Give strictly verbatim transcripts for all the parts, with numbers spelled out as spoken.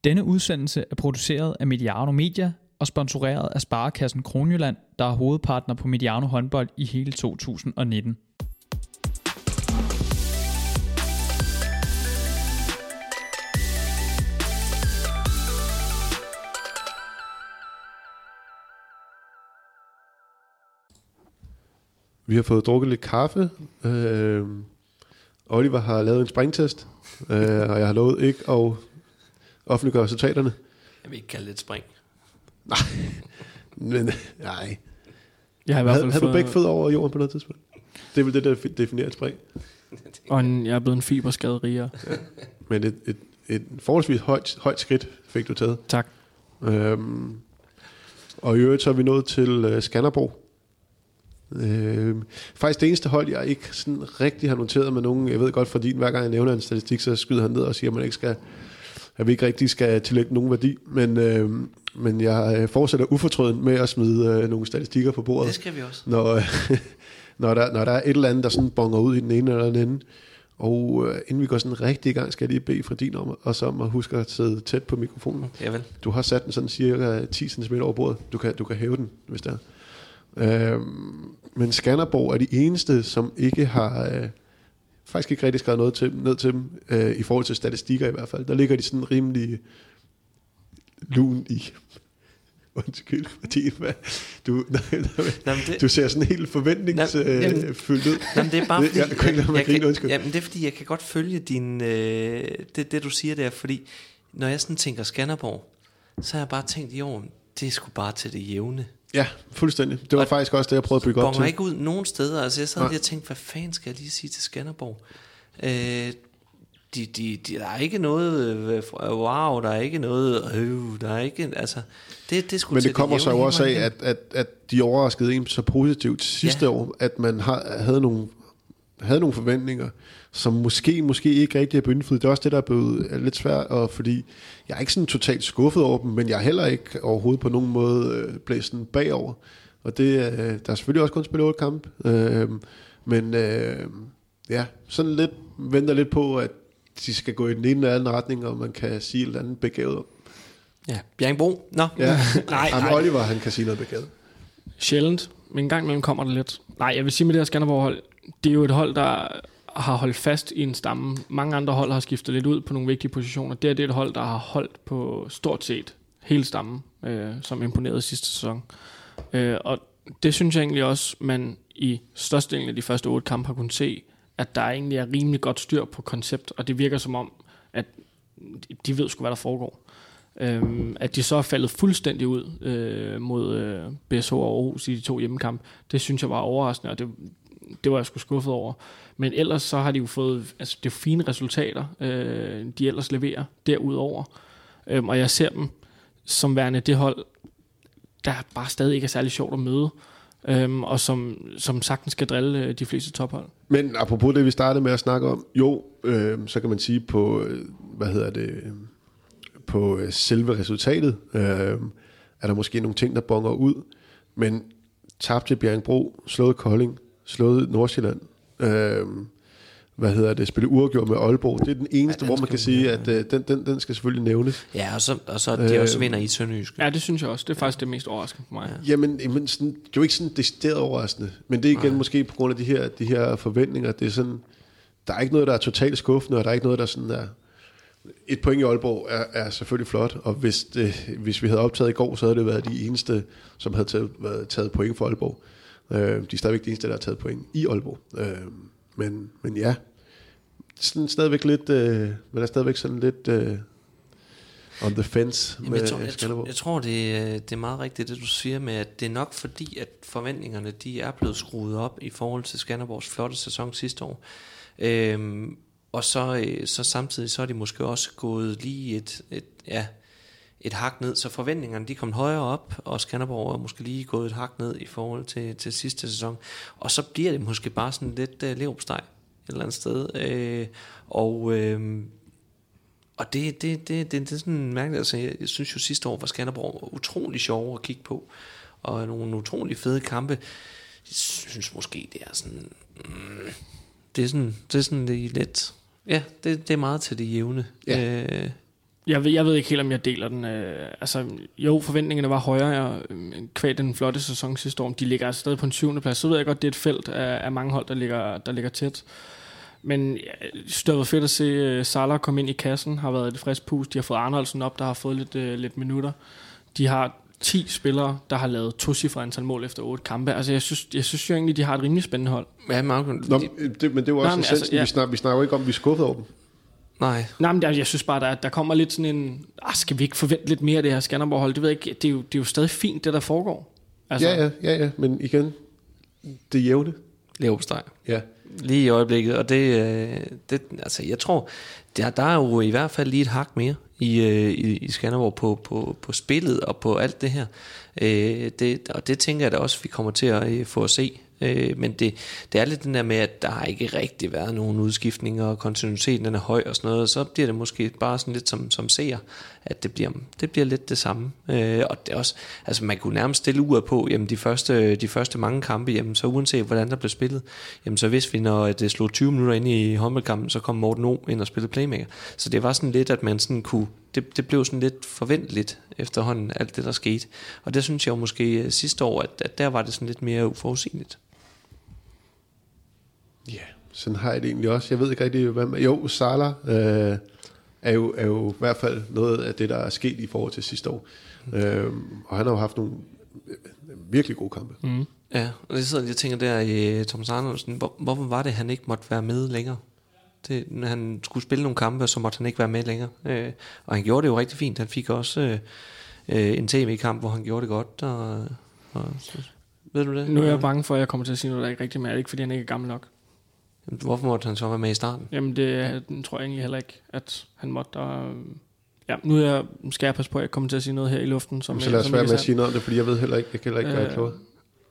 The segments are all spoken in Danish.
Denne udsendelse er produceret af Mediano Media og sponsoreret af Sparekassen Kronjylland, der er hovedpartner på Mediano håndbold i hele to tusind og nitten. Vi har fået drukket lidt kaffe. Øh, Oliver har lavet en springtest, øh, og jeg har lovet ikke at offentliggøre resultaterne. Jeg vil ikke kalde det et spring. Nej, men nej. Jeg har i hvert fald havde, havde fået... du begge fødder over jorden på noget tidspunkt? Det er vel det, der definerer et spring. Og en, jeg er blevet en fiberskadet rigere. Ja. Men et, et, et forholdsvis højt, højt skridt fik du taget. Tak. Øhm, og i øvrigt så er vi nået til uh, Skanderborg. Øhm, faktisk det eneste hold, jeg ikke sådan rigtig har noteret med nogen. Jeg ved godt, fordi hver gang jeg nævner en statistik, så skyder han ned og siger, at man ikke skal... at vi ikke rigtig skal tillægge nogen værdi, men, øh, men jeg fortsætter ufortrøden med at smide øh, nogle statistikker på bordet. Det skal vi også. Når, øh, når, der, når der er et eller andet, der sådan bonger ud i den ene eller den anden. Og øh, inden vi går sådan rigtig i gang, skal jeg lige bede fra din om, og så om at huske at sidde tæt på mikrofonen. Ja, vel. Du har sat den sådan cirka ti centimeter over bordet. Du kan, du kan hæve den, hvis det er. Øh, men Skanderborg er de eneste, som ikke har... Øh, faktisk ikke rigtig skrevet noget til, ned til dem, øh, i forhold til statistikker i hvert fald. Der ligger de sådan rimelig lun i. Undskyld, fordi du, det, du ser sådan helt forventningsfyldt ud. Jamen, det er bare fordi, jeg, jeg, jeg, jeg, jeg, grine, kan, jamen, det er fordi, jeg kan godt følge din, øh, det, det du siger der, fordi når jeg sådan tænker Skanderborg, så har jeg bare tænkt, jo, det er sgu bare til det jævne. Ja, fuldstændig. Det var og faktisk også det, jeg prøvede at bygge op til. Det bonger ikke ud nogen steder. Altså jeg sad lige og tænkte, hvad fanden skal jeg lige sige til Skanderborg? Øh, de, de, de, der er ikke noget øh, wow, der er ikke noget øh, der er ikke, altså det, det skulle. Men det kommer så jo også af, at, at, at de overraskede en så positivt sidste ja. år, at man har, havde nogle havde nogle forventninger, som måske, måske ikke rigtig er blevet indfriet. Det er også det, der er blevet lidt svært, og fordi jeg er ikke sådan totalt skuffet over dem, men jeg er heller ikke overhovedet på nogen måde øh, blæst sådan bagover. Og det, øh, der er selvfølgelig også kun spillet otte kamp, øh, men øh, ja, sådan lidt, venter lidt på, at de skal gå i den ene eller anden retning, og man kan sige et eller andet begavet. Ja, Bjerringbro. Nå. Ja. nej, nej. Oliver, han kan sige noget begavet. Sjældent, men en gang imellem kommer det lidt. Nej, jeg vil sige med det her Skanderborg-hold, det er jo et hold, der har holdt fast i en stamme. Mange andre hold har skiftet lidt ud på nogle vigtige positioner. Det er det et hold, der har holdt på stort set hele stammen, øh, som imponerede sidste sæson. Øh, og det synes jeg egentlig også, man i størstedelen af de første otte kampe har kunnet se, at der egentlig er rimelig godt styr på koncept, og det virker som om, at de ved sgu, hvad der foregår. Øhm, at de så er faldet fuldstændig ud øh, mod øh, B S H og Aarhus i de to hjemmekampe, det synes jeg var overraskende, og det, det var jeg sgu skuffet over. Men ellers så har de jo fået, altså det er fine resultater, øh, de ellers leverer derudover. Øhm, og jeg ser dem som værende det hold, der bare stadig ikke er særlig sjovt at møde, øhm, og som, som sagtens skal drille øh, de fleste tophold. Men apropos det, vi startede med at snakke om, jo, øh, så kan man sige på, øh, hvad hedder det, øh, på øh, selve resultatet, øh, er der måske nogle ting, der bonger ud, men tabt til Bjerringbro, slået Kolding, slået Nordsjælland, øh, hvad hedder det, spille uafgjort med Aalborg. Det er den eneste, ja, hvor man kan sige, at øh, den, den, den skal selvfølgelig nævnes. Ja, og så, og så de også vinder i Sønderjysk. Ja, det synes jeg også. Det er faktisk det mest overraskende for mig. Ja. Jamen, jamen sådan, det er jo ikke sådan decideret overraskende, men det er igen Nej. måske på grund af de her, de her forventninger. Det er sådan, der er ikke noget, der er totalt skuffende, og der er ikke noget, der sådan er... Et point i Aalborg er, er selvfølgelig flot, og hvis, det, hvis vi havde optaget i går, så havde det været de eneste, som havde taget, været, taget point for Aalborg. Øh, de er stadigvæk de eneste, der har taget point i Aalborg. Øh, men, men ja, sådan stadigvæk lidt, øh, men er stadigvæk sådan lidt øh, on the fence. Jamen, med jeg tror, jeg, tror, jeg tror det, det er meget rigtigt, det du siger med, at det er nok fordi, at forventningerne de er blevet skruet op i forhold til Skanderborgs flotte sæson sidste år. Øh, Og så, så samtidig så er de måske også gået lige et, et, ja, et hak ned, så forventningerne de er kommet højere op, og Skanderborg er måske lige gået et hak ned i forhold til, til sidste sæson. Og så bliver det måske bare sådan lidt uh, leverpostej et eller andet sted. Uh, og uh, og det, det, det, det, det er sådan mærkeligt. Altså, jeg, jeg synes jo sidste år var Skanderborg utrolig sjov at kigge på, og nogle utrolig fede kampe. Jeg synes måske det er sådan... Mm, det er sådan, det er sådan lidt... Ja, det, det er meget til det jævne. Ja. Øh, Jeg ved, jeg ved ikke helt, om jeg deler den. Øh, altså, jo, forventningerne var højere øh, kvad den flotte sæson sidste år. De ligger altså stadig på en syvende plads. Så ved jeg godt, det er et felt af, af mange hold, der ligger, der ligger tæt. Men ja, det har været fedt at se uh, Salah komme ind i kassen. Har været et frisk pust. De har fået Arnoldsen op, der har fået lidt, uh, lidt minutter. De har ti spillere, der har lavet tocifret antal mål efter otte kampe. Altså, jeg synes, jeg synes jo egentlig, de har et rimelig spændende hold. Ja, Marco, Nå, det, men det var også Nej, essensen. altså, ja. Vi snakker, vi snakker jo ikke om, at vi er skuffet over dem. Nej. Nej, men der, jeg synes bare, der, der kommer lidt sådan en... Ah, skal vi ikke forvente lidt mere af det her Skanderborg-hold? Det ved jeg ikke. Det er, jo, det er jo stadig fint, det der foregår. Altså, Ja, ja, ja, ja, men igen, det er jævne. Leverpostej. Ja. Lige i øjeblikket, og det, øh, det altså jeg tror, der, der er jo i hvert fald lige et hak mere i, øh, i, i Skanderborg på, på, på spillet og på alt det her. Øh, det, og det tænker jeg da også, vi kommer til at øh, få at se. Øh, men det, det er lidt den der med, at der har ikke rigtig været nogen udskiftninger, og kontinuiteten den er høj og sådan noget, og så bliver det måske bare sådan lidt som, som seer, at det bliver, det bliver lidt det samme. Øh, og det er også, altså man kunne nærmest stille uret på, jamen de første, de første mange kampe, jamen så uanset hvordan der blev spillet, jamen så vidste vi, når det slog tyve minutter ind i håndboldkampen, så kom Morten O ind og spillede playmaker. Så det var sådan lidt, at man sådan kunne, det, det blev sådan lidt forventeligt efterhånden, alt det der skete. Og det synes jeg jo måske sidste år, at, at der var det sådan lidt mere uforudsigeligt. Ja, sådan har jeg det egentlig også. Jeg ved ikke rigtig, hvad man... Jo, Salah øh, er, jo, er jo i hvert fald noget af det, der er sket i forhold til sidste år. Mm. Øh, og han har jo haft nogle virkelig gode kampe. Mm. Ja, og det sidder jeg tænker der i Thomas Arnoldsen, hvor, hvorfor var det, han ikke måtte være med længere? Det, når han skulle spille nogle kampe, så måtte han ikke være med længere. Øh, og han gjorde det jo rigtig fint. Han fik også øh, en tv-kamp, hvor han gjorde det godt. Og, og, så, ved du det? Nu er jeg bange for, at jeg kommer til at sige noget, der ikke rigtig mere. Ikke fordi han ikke er gammel nok. Hvorfor måtte han så være med i starten? Jamen det tror jeg egentlig heller ikke, at han måtte. Og, ja, nu er jeg, skal jeg passe på, at jeg kommer til at sige noget her i luften. Som, Så lad os som være ikke med at er sige noget om det, fordi jeg ved heller ikke, jeg kan heller ikke gøre Øh, klogere.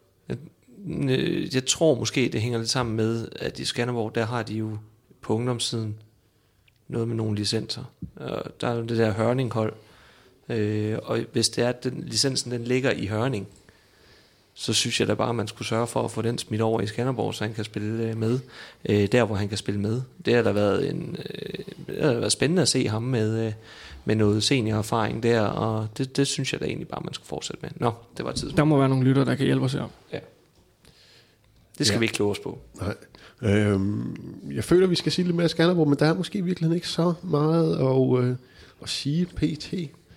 Jeg, jeg tror måske, det hænger lidt sammen med, at i Skanderborg, der har de jo på ungdomssiden noget med nogle licenser. Og der er jo det der Hørning-hold. Øh, og hvis det er, at den, licensen den ligger i Hørning, så synes jeg da bare, at man skulle sørge for at få den smidt over i Skanderborg, så han kan spille med, øh, der hvor han kan spille med. Det har da været, en, øh, det har været spændende at se ham med, øh, med noget seniorerfaring der, og det, det synes jeg da egentlig bare, man skulle fortsætte med. Nå, det var tidspunkt. Der må være nogle lytter, der kan hjælpe os her. Ja. Det skal Ja. vi ikke kloge os på. Nej. Øhm, jeg føler, vi skal sige lidt mere Skanderborg, men der er måske virkelig ikke så meget at, øh, at sige pt.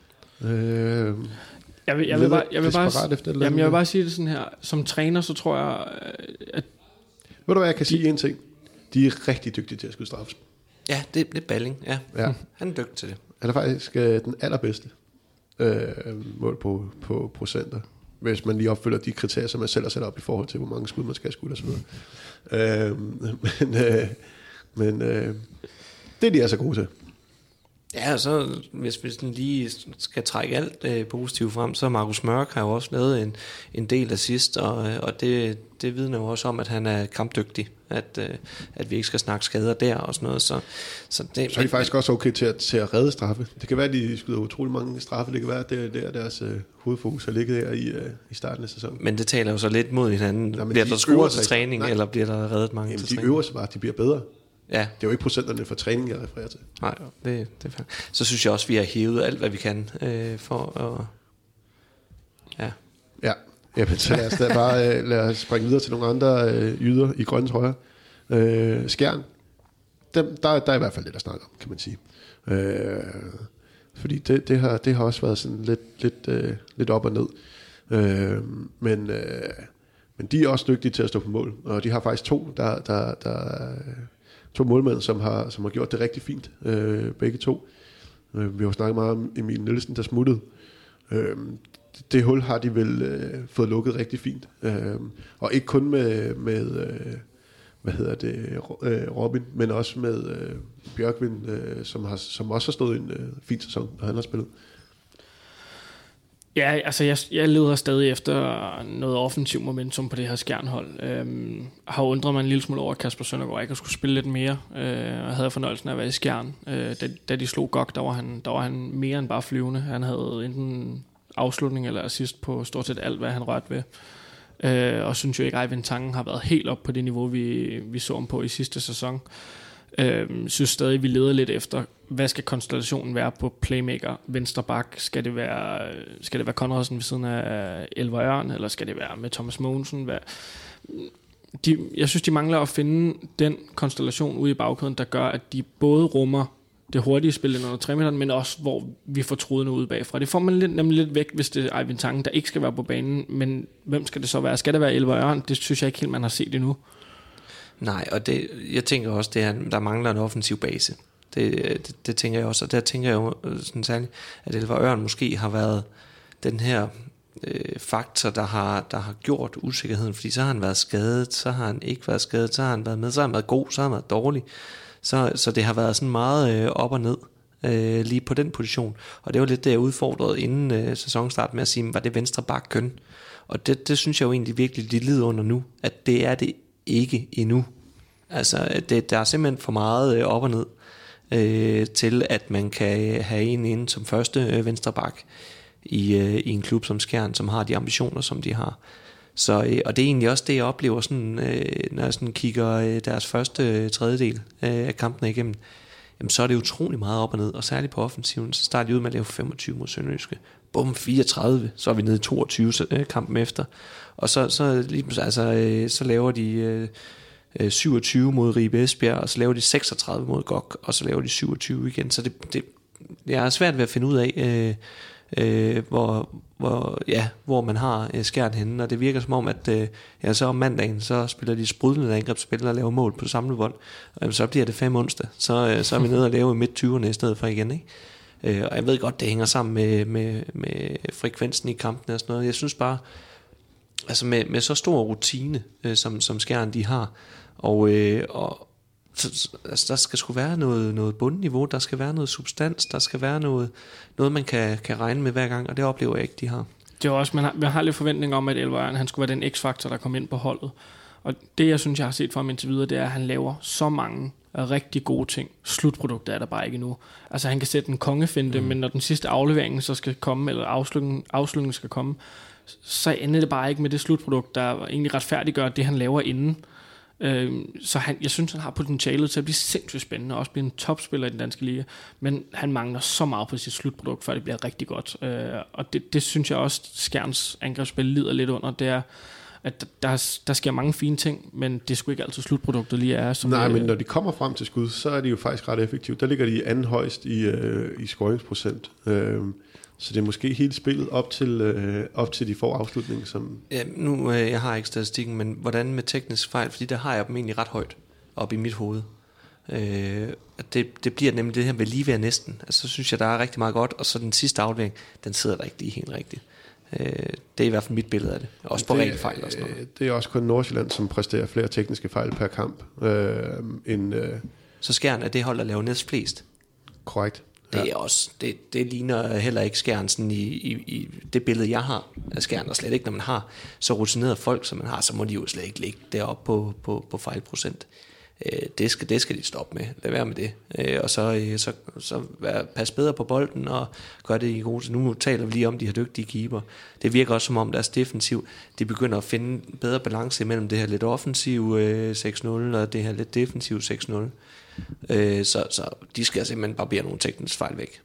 Øhm, Jeg vil, jeg vil, bare, jeg vil, bare, desperat efter et eller jamen, jeg vil andet. bare sige det sådan her. Som træner, så tror jeg, at Ved du hvad, jeg kan sige en ting. De er rigtig dygtige til at skyde straffes. Ja, det, det er Balling, ja. Ja. Han er dygtig til det. Han er faktisk øh, den allerbedste øh, mål på, på procenter, hvis man lige opfylder de kriterier, som man selv har sat op i forhold til, hvor mange skud man skal have skudt og så videre. Øh, men øh, men øh, det er de altså gode til. Ja, og så hvis vi sådan lige skal trække alt øh, positivt frem, så Markus Mørk har jo også lavet en, en del assist, og, og det, det vidner jo også om, at han er kampdygtig, at, øh, at vi ikke skal snakke skader der og sådan noget. Så, så, det, Så er de faktisk også okay til at, til at redde straffe. Det kan være, at de skyder utrolig mange straffe. Det kan være, at det er der deres øh, hovedfokus har ligget her i, øh, i starten af sæsonen. Men det taler jo så lidt mod hinanden. Ja, bliver de der scoret øver til sig- træning, nej. eller bliver der reddet mange Jamen, til de træning? øver sig bare, de bliver bedre. Ja, Det er jo ikke procenterne for træning, jeg refererer til. nej, det, det er fair. Så synes jeg også, vi har hævet alt, hvad vi kan øh, for at... Ja. Ja, jamen, så lad os da bare øh, lad os springe videre til nogle andre øh, yder i grønnes højre. Øh, Skjern, dem, der, der er i hvert fald lidt at snakke om, kan man sige. Øh, fordi det, det, har, det har også været sådan lidt, lidt, øh, lidt op og ned. Øh, men, øh, men de er også dygtige til at stå på mål, og de har faktisk to, der, der, der, to målmænd, som har, som har gjort det rigtig fint, øh, begge to. Øh, vi har jo snakket meget om Emil Nielsen, der smuttede. Øh, det hul har de vel øh, fået lukket rigtig fint. Øh, og ikke kun med, med øh, hvad hedder det, øh, Robin, men også med øh, Bjørkvind, øh, som, har, som også har stået en øh, fin sæson, når han har spillet. Ja, altså jeg, jeg leder stadig efter noget offensiv momentum på det her Skjernhold. Øhm, har undret mig en lille smule over, at Kasper Søndergaard ikke skulle spille lidt mere, øh, og havde fornøjelsen af at være i Skjern. Øh, da, da de slog G O G, der var, han, der var han mere end bare flyvende. Han havde enten afslutning eller assist på stort set alt, hvad han rørte ved. Øh, og synes jo ikke, at Eivind Tangen har været helt op på det niveau, vi, vi så ham på i sidste sæson. Øh, synes stadig, vi leder lidt efter, hvad skal konstellationen være på playmaker, venstre bak? Skal det være, skal det være Conradsen ved siden af Elver Ørn, eller skal det være med Thomas Mogensen? Hvad? De, jeg synes, de mangler at finde den konstellation ude i bagkæden, der gør, at de både rummer det hurtige spil under tre meter, men også hvor vi får trådene ude bagfra. Det får man lidt, nemlig lidt væk, hvis det er Eivind Tangen, der ikke skal være på banen, men hvem skal det så være? Skal det være Elver Ørn? Det synes jeg ikke helt, man har set endnu. Nej, og det, jeg tænker også, det er, der mangler en offensiv base. Det, det, det tænker jeg også, og der tænker jeg jo sådan særligt, at Elver Ørn måske har været den her øh, faktor, der har, der har gjort usikkerheden, fordi så har han været skadet, så har han ikke været skadet, så har han været med, så har han været god, så har han været dårlig. Så, så det har været sådan meget øh, op og ned øh, lige på den position. Og det var lidt det, jeg udfordrede inden øh, sæsonstart med at sige, var det venstre bak køn? Og det, det synes jeg jo egentlig virkelig, de lider under nu, at det er det ikke endnu. Altså, det, der er simpelthen for meget øh, op og ned øh, til, at man kan have en inde som første øh, venstre bak i, øh, i en klub som Skjern, som har de ambitioner, som de har. Så, øh, og det er egentlig også det, jeg oplever, sådan, øh, når jeg sådan kigger øh, deres første øh, tredjedel øh, af kampene igennem. Jamen, så er det utrolig meget op og ned, og særligt på offensiven, så starter de ud med at lave femogtyve mod Sønderjyske. Bum, fireogtredive, så er vi nede i toogtyve øh, kampen efter. Og så, så, lige, altså, øh, så laver de øh, syvogtyve mod Ribe Esbjerg, og så laver de seksogtredive mod G O K, og så laver de syvogtyve igen. Så det, det, det er svært ved at finde ud af, øh, øh, hvor, hvor, ja, hvor man har øh, Skjern henne, og det virker som om, at øh, ja, så om mandagen, så spiller de sprudlende angrebsspil og laver mål på samlebold, og så bliver det fem onsdag, så, øh, så er vi nede og lave midt tyverne i stedet for igen, ikke? Øh, og jeg ved godt, det hænger sammen med, med, med frekvensen i kampen og sådan noget. Jeg synes bare, altså med, med så stor rutine, øh, som, som Skjern de har, og, øh, og så, altså der skal sgu være noget, noget bundniveau, der skal være noget substans, der skal være noget, noget man kan, kan regne med hver gang, og det oplever jeg ikke, de har. Det er også, man har, man har lidt forventning om, at Elver Ørn, han skulle være den x-faktor, der kom ind på holdet. Og det, jeg synes, jeg har set fra ham indtil videre, det er, at han laver så mange rigtig gode ting. Slutproduktet er der bare ikke endnu. Altså, han kan sætte en kongefinte, mm. men når den sidste aflevering så skal komme, eller afslutningen, afslutningen skal komme, så ender det bare ikke med det slutprodukt, der egentlig retfærdiggør det, han laver inden. Øh, så han, jeg synes, han har potentialet til at blive sindssygt spændende, og også blive en topspiller i den danske liga, men han mangler så meget på sit slutprodukt, før det bliver rigtig godt. Øh, og det, det synes jeg også, Skjerns angrebsspil lider lidt under, det er, at der, der sker mange fine ting, men det skulle ikke altid slutproduktet lige er. Som Nej, det, men når de kommer frem til skud, så er de jo faktisk ret effektive. Der ligger de anden højst i, øh, i scoringsprocent. Øh, så det er måske hele spillet op til, øh, op til de får afslutning. Som ja, nu, øh, jeg har ikke statistikken, men hvordan med teknisk fejl? Fordi der har jeg dem egentlig ret højt op i mit hoved. Øh, det, det bliver nemlig det her ved lige ved næsten. Altså, så synes jeg, der er rigtig meget godt, og så den sidste aflevering, den sidder der ikke lige helt rigtigt. Det er i hvert fald mit billede af det. Også på rent fejl og sådan noget. Det er også kun Nordsjælland, som præsterer flere tekniske fejl per kamp. Øh, end, øh... Så Skjern er det hold, der laver næst flest? Korrekt. Det er også, det, det ligner heller ikke Skjern sådan i, i, i det billede, jeg har af Skjern, og slet ikke, når man har så rutinerede folk, som man har, så må de jo slet ikke ligge deroppe på, på, på fejlprocent. Det skal, det skal de stoppe med. Lad være med det. Og så, så, så pas bedre på bolden og gør det i gode. Nu taler vi lige om de her dygtige keeper. Det virker også som om deres defensiv, de begynder at finde bedre balance mellem det her lidt offensiv seks nul og det her lidt defensiv seks nul. Så, så de skal simpelthen bare bære nogle tekniske fejl væk.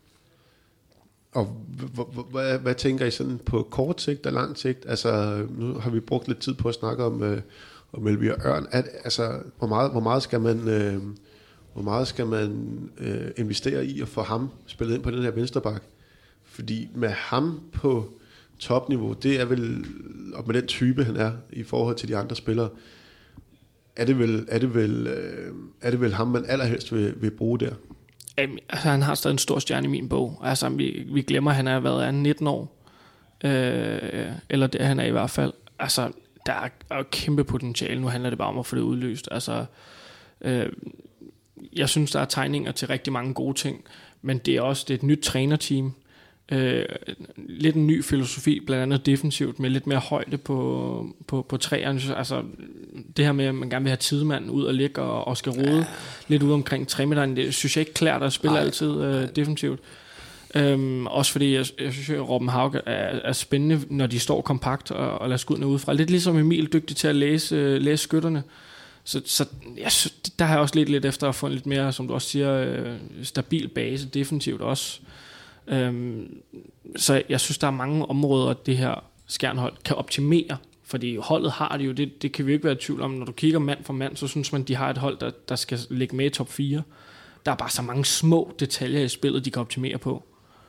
Og hvad, hvad tænker I sådan på kort sigt og lang sigt? Altså, nu har vi brugt lidt tid på at snakke om og Melby og Ørn, at, altså, hvor meget, hvor meget skal man, øh, hvor meget skal man øh, investere i at få ham spillet ind på den her venstreback? Fordi med ham på topniveau, det er vel, og med den type han er i forhold til de andre spillere, er det vel, er det vel, øh, er det vel ham, man allerhelst vil, vil bruge der? Altså, han har stadig en stor stjerne i min bog. Altså, vi, vi glemmer, at han er, hvad er nitten år? Øh, eller det han er i hvert fald. Altså, der er, er kæmpe potentiale. Nu handler det bare om at få det udløst. Altså, øh, jeg synes, der er tegninger til rigtig mange gode ting, men det er også det er et nyt trænerteam. Øh, lidt en ny filosofi, blandt andet defensivt, med lidt mere højde på, på, på træerne. Altså, det her med, at man gerne vil have tidmanden ud og ligge og, og skal rode ja. lidt ud omkring tremeteren, det synes jeg ikke klæder at spille altid øh, defensivt. Øhm, også fordi jeg, jeg synes at Robben Haug er, er spændende, når de står kompakt og, og lader skuddene udefra. Lidt ligesom Emil, dygtig til at læse, øh, læse skytterne. Så, så jeg synes, der har jeg også lidt lidt efter at få en lidt mere, som du også siger, øh, stabil base, definitivt også. Øhm, så jeg synes, der er mange områder, det her Skjern-hold kan optimere, fordi holdet har det jo, det, det kan vi ikke være i tvivl om. Når du kigger mand for mand, så synes man, de har et hold, der, der skal ligge med i top fire. Der er bare så mange små detaljer i spillet, de kan optimere på.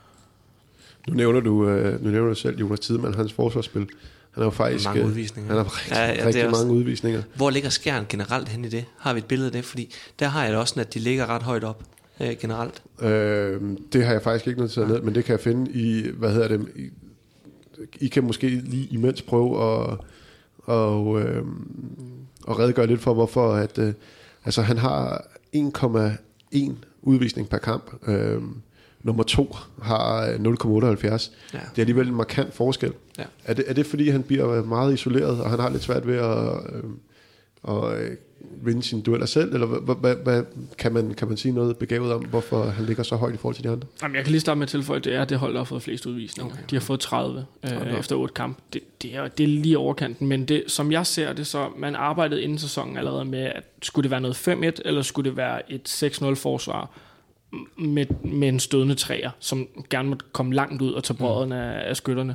Nu nævner du, øh, nu nævner du selv Jonas Tidemand, hans forsvarsspil. Han har jo faktisk mange udvisninger. Han har rigtig, ja, ja, rigtig også, mange udvisninger. Hvor ligger Skjern generelt hen i det? Har vi et billede af det? Fordi der har jeg det også, at de ligger ret højt op øh, generelt. Øh, det har jeg faktisk ikke noteret ned, men det kan jeg finde i, hvad hedder det, I, I kan måske lige imens prøve at, og, øh, at redegøre lidt for, hvorfor at, øh, altså han har en komma en udvisning per kamp. Øh, Nummer to har nul komma otteoghalvfjerds. Ja. Det er alligevel en markant forskel. Ja. Er, det, er det fordi, han bliver meget isoleret, og han har lidt svært ved at, øh, at vinde sine dueller selv? Eller hvad, hvad, hvad, kan, man, kan man sige noget begavet om, hvorfor han ligger så højt i forhold til de andre? Jamen, jeg kan lige starte med at tilføje, at det er det hold, der har fået flest udvisninger. Okay. De har fået tredive øh, okay. efter otte kamp. Det, det, er, det er lige overkanten, men det, som jeg ser det, så man arbejdede inden sæsonen allerede med, at skulle det være noget fem et, eller skulle det være et seks nul forsvar, Med, med en stødende træer, som gerne må komme langt ud og tage brødrene mm. af, af skytterne.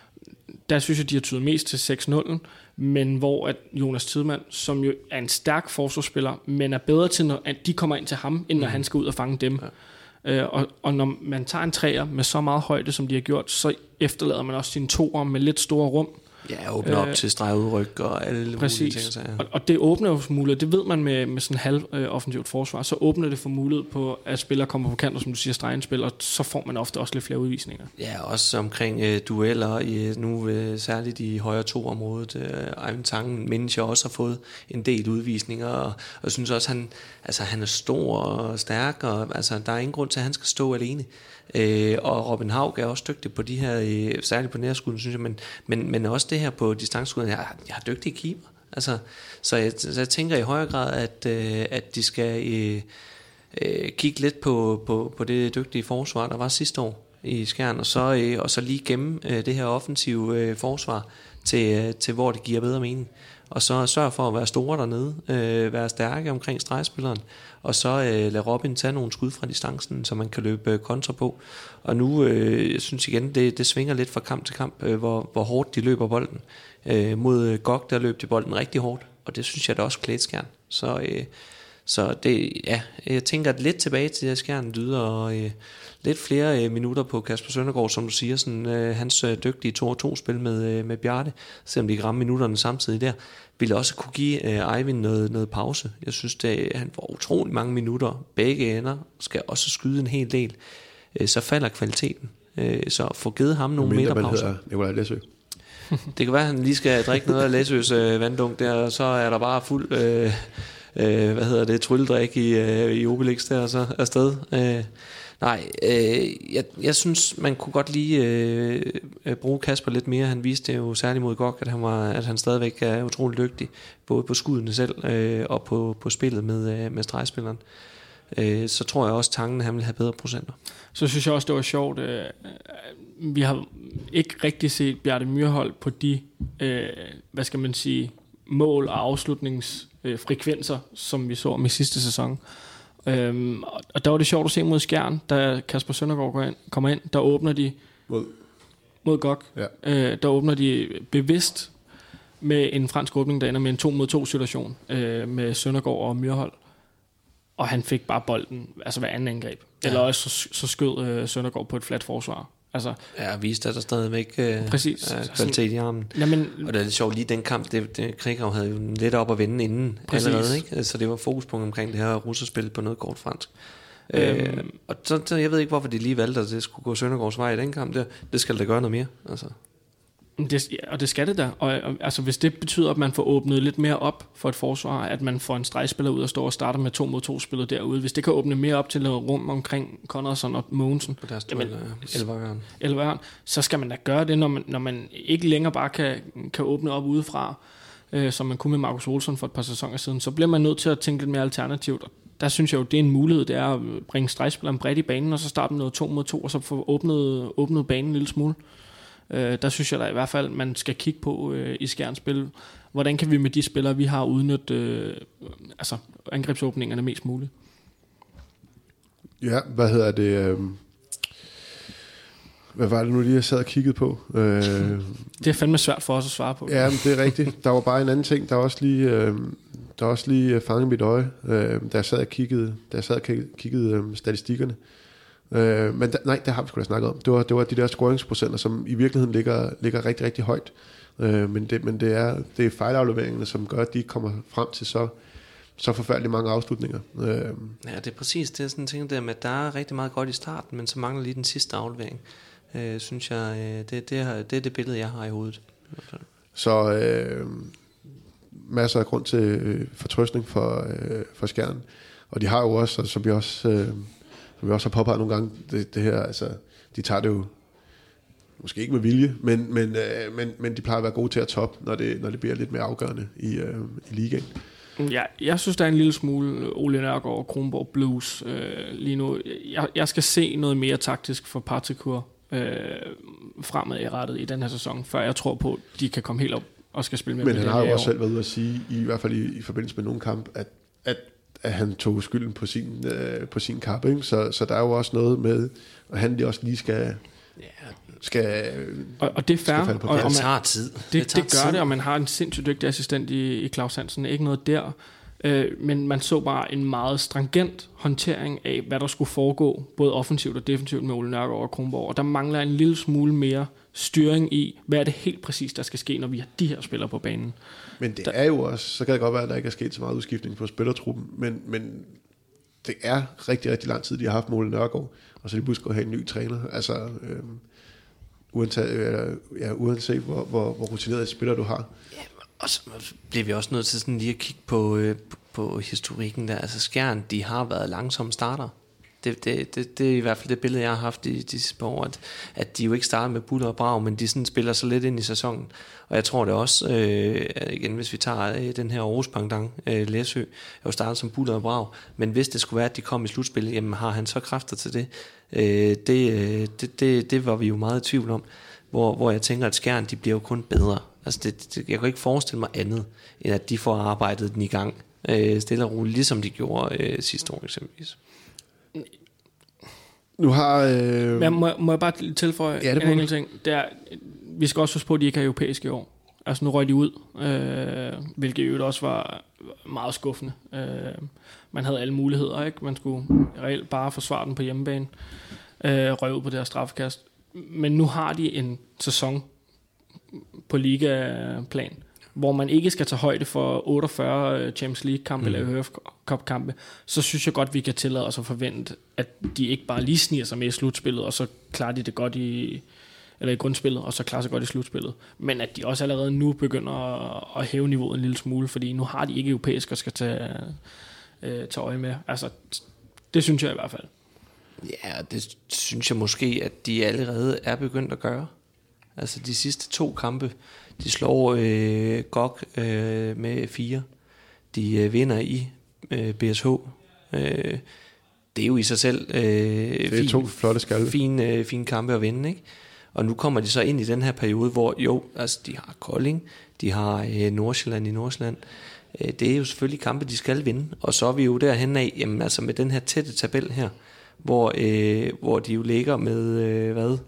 Der synes jeg, de har tydet mest til seks nul, men hvor at Jonas Tidemand, som jo er en stærk forsvarsspiller, men er bedre til, når, at de kommer ind til ham, end når mm. han skal ud og fange dem. Ja. Øh, og, og når man tager en træer med så meget højde, som de har gjort, så efterlader man også sine toer med lidt store rum. Ja, åbner op øh, til stregudryk og alle præcis. mulige ting. Og, og det åbner jo for mulighed. Det ved man med, med sådan halv øh, offensivt forsvar. Så åbner det for mulighed på, at spillere kommer på kant, og som du siger, stregenspil, og så får man ofte også lidt flere udvisninger. Ja, også omkring øh, dueller, i, nu øh, særligt i højre to-området. Øh, Eivind Tangen mindes jeg også har fået en del udvisninger, og, og jeg synes også, han, altså, han er stor og stærk, og altså, der er ingen grund til, at han skal stå alene. Øh, og Robin Haug er også dygtig på de her, øh, særligt på nærskuden, synes jeg, men, men, men også det her på distanceskuden. Jeg, jeg har dygtige keeper. Altså, så, jeg, så jeg tænker i højere grad, at, øh, at de skal øh, øh, kigge lidt på, på, på det dygtige forsvar, der var sidste år i Skjern, og så, øh, og så lige gemme øh, det her offensive øh, forsvar til, øh, til, hvor det giver bedre mening. Og så sørge for at være store dernede, øh, være stærke omkring stregspilleren, og så øh, lade Robin tage nogle skud fra distancen, så man kan løbe øh, kontra på. Og nu, øh, jeg synes igen, det, det svinger lidt fra kamp til kamp, øh, hvor, hvor hårdt de løber bolden. Øh, mod Gok, der løb de bolden rigtig hårdt, og det synes jeg da også klædte Skjern. Så, øh, så det, ja, jeg tænker at lidt tilbage til det Skjern lyder, og øh, lidt flere øh, minutter på Kasper Søndergaard, som du siger, sådan, øh, hans øh, dygtige to to spil med, øh, med Bjarte, selvom de ikke rammer minutterne samtidig der, ville også kunne give øh, Eivind noget, noget pause. Jeg synes, det, han får utrolig mange minutter. Begge ender skal også skyde en hel del. Øh, så falder kvaliteten. Øh, så få givet ham nogle meterpauser. Nikolaj Læsø. Det kan være, at han lige skal drikke noget af Læsøs øh, vanddunk der, og så er der bare fuld øh, øh, hvad hedder det, trylledrik i, øh, i Obelix der, og så afsted. Øh, nej, øh, jeg, jeg synes, man kunne godt lige øh, bruge Kasper lidt mere. Han viste jo særligt mod Gok, at han, var, at han stadigvæk er utrolig dygtig, både på skuddene selv øh, og på, på spillet med, øh, med stregspilleren. Øh, så tror jeg også, at Tangen han vil have bedre procenter. Så synes jeg også, det var sjovt. Øh, vi har ikke rigtig set Bjarte Myrhold på de, øh, hvad skal man sige, mål- og afslutningsfrekvenser, øh, som vi så om i sidste sæson. Øhm, og der var det sjovt at se mod Skjern, da Kasper Søndergaard går ind, kommer ind, der åbner de mod, mod Gok, ja. øh, der åbner de bevidst med en fransk åbning, der ender med en to mod to situation øh, med Søndergaard og Myrhold, og han fik bare bolden, altså hver anden angreb, ja. Eller også så, så skød øh, Søndergaard på et fladt forsvar. Altså, ja, viste, at der stadigvæk øh, præcis, er kvalitet i armen. Jamen, og det er lidt sjovt, lige den kamp, det, det Krighav havde jo lidt op at vende inden præcis. Allerede, ikke? Så det var fokuspunkt omkring det her russerspil på noget kort fransk. Øhm. Øh, og så, så jeg ved ikke, hvorfor de lige valgte, at det skulle gå Søndergaards vej i den kamp der. Det skal da gøre noget mere, altså. Det, ja, og det skal det da. Og, og altså, hvis det betyder, at man får åbnet lidt mere op for et forsvar, at man får en stregspiller ud og står og starter med to mod to spillet derude, hvis det kan åbne mere op til et rum omkring Conradsen og Mogensen, på deres duel, Elverørn. Elverørn, så skal man da gøre det, når man, når man ikke længere bare kan, kan åbne op udefra, øh, som man kunne med Markus Olsson for et par sæsoner siden. Så bliver man nødt til at tænke lidt mere alternativt. Og der synes jeg jo, det er en mulighed, det er at bringe stregspilleren bredt i banen, og så starte med noget to mod to, og så få åbnet, åbnet banen en lille smule. Øh, der synes jeg da i hvert fald, man skal kigge på øh, i Skjerns spil. Hvordan kan vi med de spillere, vi har, udnytte øh, altså angrebsåbningerne mest muligt? Ja, hvad hedder det? Øh, hvad var det nu lige, jeg sad og kiggede på? Øh, det er fandme svært for os at svare på. Ja, men det er rigtigt. Der var bare en anden ting, der var også lige, øh, der var også lige fanget mit øje, øh, da jeg sad og kiggede, da jeg sad og kiggede øh, statistikkerne. Øh, men da, nej, det har vi sgu da snakket om. Det var, det var de der scoringsprocenter, som i virkeligheden ligger, ligger rigtig, rigtig højt. Øh, men det, men det, er, det er fejlafleveringene, som gør, at de ikke kommer frem til så, så forfærdeligt mange afslutninger. Øh. Ja, det er præcis det, er sådan en ting der med, at der er rigtig meget godt i starten, men så mangler lige den sidste aflevering. Øh, synes jeg, øh, det, det, er, det er det billede, jeg har i hovedet. Så øh, masser af grund til øh, fortrøstning for, øh, for Skjern. Og de har jo også, som vi også, øh, som vi også har påpeget nogle gange, det, det her, altså, de tager det jo måske ikke med vilje, men, men, øh, men, men de plejer at være gode til at toppe, når det, når det bliver lidt mere afgørende i, øh, i ligaen. Ja, jeg synes, der er en lille smule Ole Nørgaard og Kronborg Blues øh, lige nu. Jeg, jeg skal se noget mere taktisk for Partikur øh, fremad i rettet i den her sæson, før jeg tror på, at de kan komme helt op og skal spille med. Men med han har jo også selv været ude at sige, i hvert fald i, i forbindelse med nogle kamp, at, at, at han tog skylden på sin, øh, på sin kamp, ikke? Så, så der er jo også noget med, og han også lige skal... skal og, og det er fair, og, og man, det tager tid. Det, det, tager det gør tid. det, og man har en sindssygt dygtig assistent i, i Claus Hansen, ikke noget der. Øh, men man så bare en meget stringent håndtering af, hvad der skulle foregå, både offensivt og defensivt med Ole Nørgaard og Kronborg. Og der mangler en lille smule mere styring i, hvad er det helt præcis, der skal ske, når vi har de her spillere på banen. Men det der, er jo også, så kan det godt være, at der ikke er sket så meget udskiftning på spillertruppen, men, men det er rigtig, rigtig lang tid, de har haft Ole Nørgaard, og så de pludselig skal have en ny træner. Altså, øh, uanset, ja, uanset hvor, hvor, hvor rutineret spiller du har. Ja, og så bliver vi også nødt til sådan lige at kigge på, øh, på historikken der. Altså Skjern, de har været langsomme starter. Det, det, det, det er i hvert fald det billede, jeg har haft i de sidste år, at, at de jo ikke starter med butter og brag, men de sådan spiller så lidt ind i sæsonen. Og jeg tror det også, øh, igen hvis vi tager øh, den her Aarhus Pendant, øh, Læsø, er jo startet som butter og brag, men hvis det skulle være, at de kom i slutspillet, jamen har han så kræfter til det? Øh, det, øh, det, det? Det var vi jo meget i tvivl om, hvor, hvor jeg tænker, at Skjern, de bliver jo kun bedre. Altså det, det, jeg kan ikke forestille mig andet, end at de får arbejdet den i gang, øh, stille og roligt, ligesom de gjorde øh, sidste år eksempelvis. Nu har... Øh... Men må, må jeg bare tilføje ja, en enkelt ting? Det er, vi skal også huske på, at de ikke er europæiske i år. Altså nu røg de ud, øh, hvilket jo også var meget skuffende. Øh, man havde alle muligheder, ikke? Man skulle reelt bare forsvare den på hjemmebane, øh, røg ud på det her straffekast. Men nu har de en sæson på ligaplan, hvor man ikke skal tage højde for otteogfyrre Champions League-kampe mm. eller H F Cup-kampe, så synes jeg godt, vi kan tillade os at forvente, at de ikke bare lige sniger sig med i slutspillet, og så klarer de det godt i, eller i grundspillet, og så klarer sig godt i slutspillet. Men at de også allerede nu begynder at, at hæve niveauet en lille smule, fordi nu har de ikke europæisk og skal tage, øh, tage øje med. Altså, det synes jeg i hvert fald. Ja, det synes jeg måske, at de allerede er begyndt at gøre. Altså de sidste to kampe, de slår øh, G O G øh, med fire. De øh, vinder i øh, B S H. Øh, det er jo i sig selv øh, det er fin, to flotte skalle. Fin, øh, fin kampe at vinde, ikke? Og nu kommer de så ind i den her periode, hvor jo, altså de har Kolding, de har øh, Nordsjælland i Nordsjælland. Øh, det er jo selvfølgelig kampe, de skal vinde. Og så er vi jo derhen af, jamen altså med den her tætte tabel her, hvor, øh, hvor de jo ligger med, øh, hvad?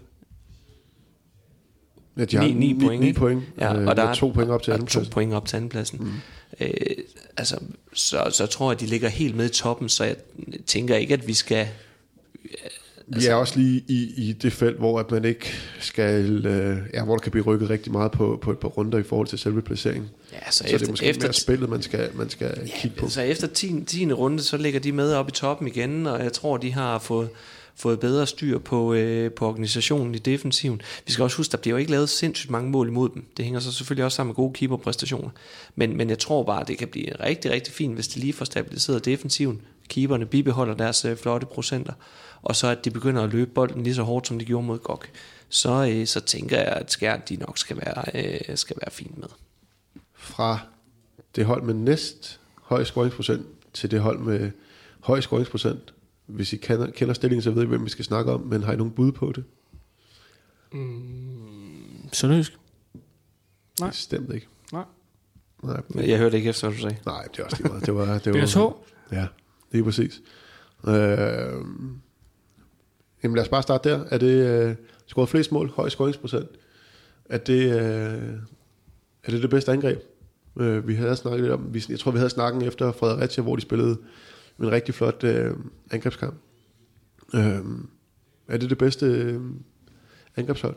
Ja, de har ni, ni, point, ni point, ja, øh, og der er to point op til andenpladsen. To point op til andenpladsen. Mm. Øh, altså, så, så tror jeg, at de ligger helt med i toppen, så jeg tænker ikke, at vi skal... Altså, vi er også lige i, i det felt, hvor at man ikke skal, øh, ja, hvor der kan blive rykket rigtig meget på, på et par runder i forhold til selve placeringen. Ja, så, så efter, det er måske efter, mere spillet, man skal, man skal ja, kigge på. Så efter tiende runde, så ligger de med op i toppen igen, og jeg tror, de har fået... fået bedre styr på, øh, på organisationen i defensiven. Vi skal også huske, der bliver jo ikke lavet sindssygt mange mål imod dem. Det hænger så selvfølgelig også sammen med gode keeperpræstationer. Men, men jeg tror bare, det kan blive rigtig, rigtig fint, hvis de lige får stabiliseret defensiven. Keeperne bibeholder deres øh, flotte procenter. Og så at de begynder at løbe bolden lige så hårdt, som de gjorde mod G O G. Så, øh, så tænker jeg, at Skjern de nok skal være, øh, skal være fint med. Fra det hold med næst høj scoringsprocent til det hold med høj scoringsprocent. Hvis I kender, kender stillingen, så ved I, hvem vi skal snakke om, men har I nogen bud på det? Mm, Sønderjysk? Nej. Bestemt ikke. Nej. Nej. Jeg hørte ikke efter, hvad du sagde. Nej, det er også lige meget. Det var, det var, B S H? Ja, det er præcis. Øh, jamen lad os bare starte der. Er det øh, scoret flest mål, høj scoringsprocent? Er det, øh, er det det bedste angreb? Øh, vi havde snakket lidt om, vi, jeg tror vi havde snakken efter Fredericia, hvor de spillede en rigtig flot øh, angrebskamp. Øh, er det det bedste øh, angrebshold?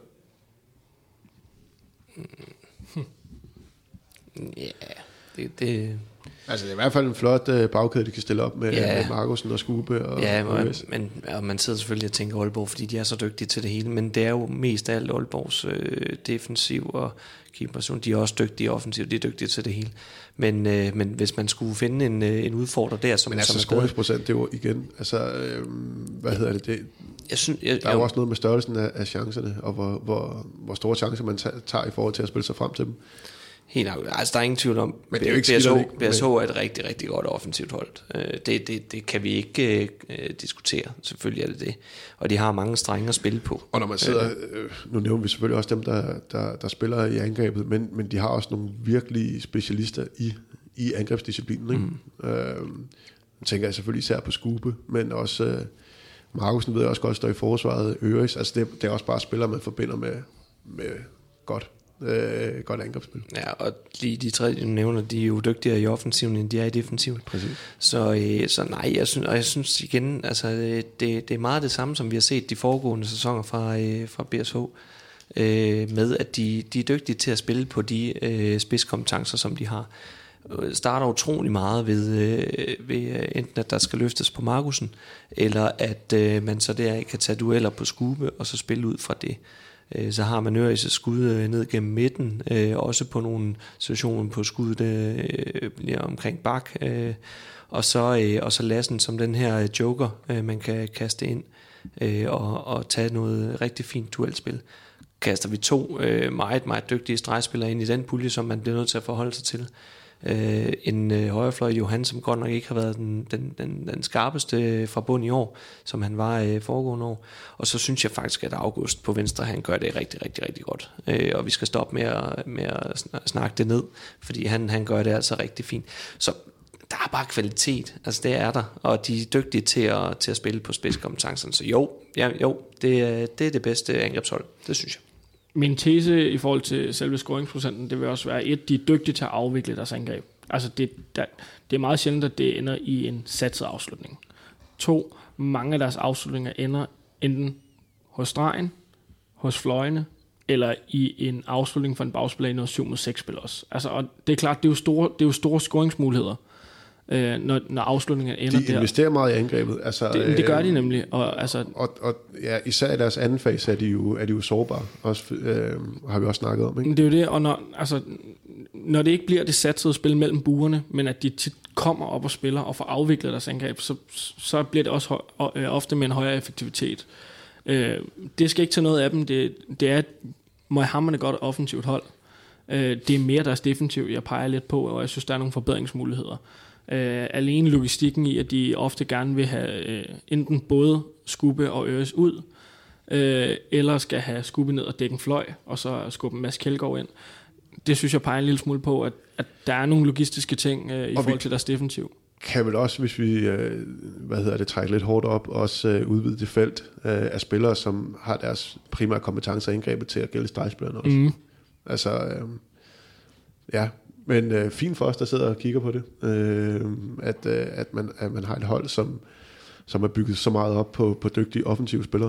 Ja, det, det... Altså det er i hvert fald en flot øh, bagkæde, de kan stille op med, Ja. med Markusen og Skube og, Ja, og men, men og man sidder selvfølgelig og tænker Aalborg, fordi de er så dygtige til det hele, men det er jo mest af alt Aalborgs øh, defensiv og keeper, de er også dygtige offensivt, de er dygtige til det hele. Men, øh, men hvis man skulle finde en, øh, en udfordrer der, som, men altså som scoringsprocent, det er jo igen, altså øh, hvad hedder det, det jeg synes, jeg, der er jo også noget med størrelsen af, af chancerne, og hvor, hvor, hvor store chancer man tager i forhold til at spille sig frem til dem. Helt nok. Altså, der er ingen tvivl om, men det er jo ikke B S H, skidt, B S H er et rigtig, rigtig godt offensivt hold. Det, det, det kan vi ikke øh, diskutere. Selvfølgelig er det det. Og de har mange strenge at spille på. Og når man sidder, øh, nu nævner vi selvfølgelig også dem, der, der, der spiller i angrebet, men, men de har også nogle virkelig specialister i, i angrebsdisciplinen. Ikke? Mm. Øh, jeg tænker jeg selvfølgelig især på Skube, men også øh, Markusen ved jeg også godt står i forsvaret, Øres. Altså det, det er også bare spillere, man forbinder med, med godt. Øh, godt angrebsspil. Ja, og lige de tre, du nævner, de er jo dygtigere i offensiven, end de er i defensiven. Præcis. Så, øh, så nej, jeg synes, og jeg synes igen, altså, det, det er meget det samme, som vi har set de foregående sæsoner fra, øh, fra B S H, øh, med at de, de er dygtige til at spille på de øh, spidskompetencer, som de har. Starter utrolig meget ved, øh, ved enten at der skal løftes på Markusen, eller at øh, man så der kan tage dueller på Skube, og så spille ud fra det. Så har man Øres skud ned gennem midten, øh, også på nogle situationer på skuddet øh, bliver omkring bak, øh, og, så, øh, og så Lassen som den her joker, øh, man kan kaste ind øh, og, og tage noget rigtig fint duelspil. Kaster vi to øh, meget, meget dygtige stregspillere ind i den pulje, som man bliver nødt til at forholde sig til. Øh, en øh, højrefløj Johan, som godt nok ikke har været den, den, den, den skarpeste fra bund i år, som han var øh, foregående år. Og så synes jeg faktisk, at August på venstre, han gør det rigtig, rigtig, rigtig godt. Øh, og vi skal stoppe med at, med at snakke det ned, fordi han, han gør det altså rigtig fint. Så der er bare kvalitet, altså det er der, og de er dygtige til at, til at spille på spidskompetencerne. Så jo, ja, jo det, det er det bedste angrebshold, det synes jeg. Min tese i forhold til selve scoringsprocenten, det vil også være, et, de er dygtige til at afvikle deres angreb. Altså det, der, det er meget sjældent, at det ender i en satset afslutning. To, mange af deres afslutninger ender enten hos stregen, hos fløjene, eller i en afslutning for en bagspiller i noget syv mod seks spil også. Altså, og det er klart, det er jo store, det er jo store scoringsmuligheder, øh, når, når afslutningen ender der. De investerer der. meget i angrebet. Altså, det, det gør de nemlig. Og, altså, og, og ja, især i deres anden fase er de jo, er de jo sårbare. Også, øh, har vi også snakket om. Ikke? Det er jo det, og når, altså, når det ikke bliver det satsede spil mellem buerne, men at de tit kommer op og spiller og får afviklet deres angreb, så, så bliver det også høj, øh, ofte med en højere effektivitet. Øh, det skal ikke tage noget af dem. Det, det er et møghamrende godt offensivt hold. Øh, det er mere deres defensiv, jeg peger lidt på, og jeg synes, der er nogle forbedringsmuligheder. Øh, alene logistikken i, at de ofte gerne vil have øh, enten både Skube og Øres ud, øh, eller skal have Skube ned og dække en fløj, og så skubbe en masse Kjeldgaard ind. Det synes jeg peger en lille smule på, at, at der er nogle logistiske ting øh, i og forhold til deres defensiv. Kan vel også, hvis vi øh, hvad hedder det, trækker lidt hårdt op, også øh, udvide det felt øh, af spillere, som har deres primære kompetencer indgrebet til at gælde stregspillerne også. Mm. Altså, øh, ja, men øh, fint for os, der sidder og kigger på det, øh, at, øh, at, man, at man har et hold, som, som er bygget så meget op på, på dygtige offensive spillere.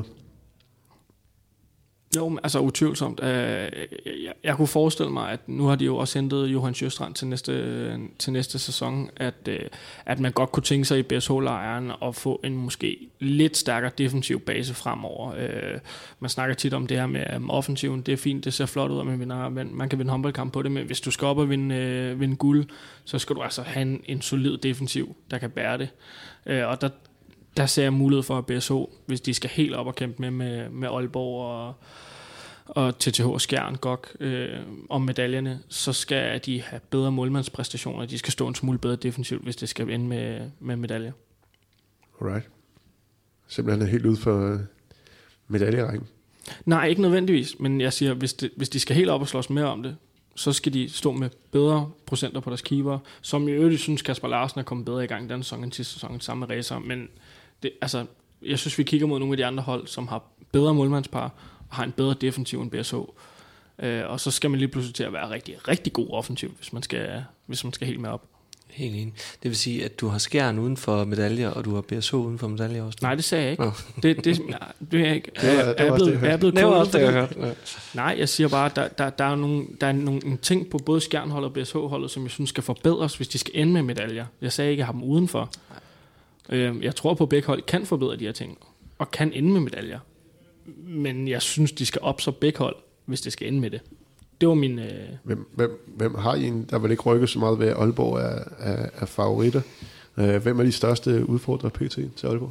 Jo, altså utvivlsomt. Jeg, jeg, jeg kunne forestille mig, at nu har de jo også hentet Johan Sjøstrand til næste, til næste sæson, at, at man godt kunne tænke sig i B S H-lejren at få en måske lidt stærkere defensiv base fremover. Man snakker tit om det her med offensiven. Det er fint, det ser flot ud, at man, vinder, man kan vinde håndboldkamp på det, men hvis du skal op og vinde, vinde guld, så skal du altså have en, en solid defensiv, der kan bære det. Og der Der ser jeg mulighed for at B S H, hvis de skal helt op og kæmpe med med, med Aalborg og, og T T H og Skjern, G O K øh, om medaljerne, så skal de have bedre målmandspræstationer. De skal stå en smule bedre defensivt, hvis det skal ende med, med medaljer. Alright. Simpelthen helt ud for medaljerækken. Nej, ikke nødvendigvis, men jeg siger, hvis, det, hvis de skal helt op og slås mere om det, så skal de stå med bedre procenter på deres keeper, som i øvrigt synes, Kasper Larsen er kommet bedre i gang den sæson end sidste sæson, samme racer, men det, altså, jeg synes, vi kigger mod nogle af de andre hold, som har bedre målmandspar, og har en bedre defensiv end B S H. Øh, og så skal man lige pludselig til at være rigtig, rigtig god offensiv, hvis man skal, hvis man skal helt med op. Helt enig. Det vil sige, at du har Skjern uden for medaljer, og du har B S H uden for medaljer også. Nej, det sagde jeg ikke. Oh. Det, det, nej, det er jeg ikke. Det var, det var er, også blevet, det, er blevet det var også det, jeg hørte. Ja. Nej, jeg siger bare, at der, der, der er nogle, der er nogle ting på både Skjern-holdet og B S H-holdet, som jeg synes skal forbedres, hvis de skal ende med medaljer. Jeg sagde ikke, at jeg har dem udenfor. Øh, jeg tror på, at begge hold kan forbedre de her ting, og kan ende med medaljer. Men jeg synes, de skal op så begge hold, hvis det skal ende med det. Det var min... Øh... Hvem, hvem, hvem har I en, der vil ikke rykke så meget ved, at Aalborg er, er, er favoritter? Uh, hvem er de største udfordrere P T til Aalborg?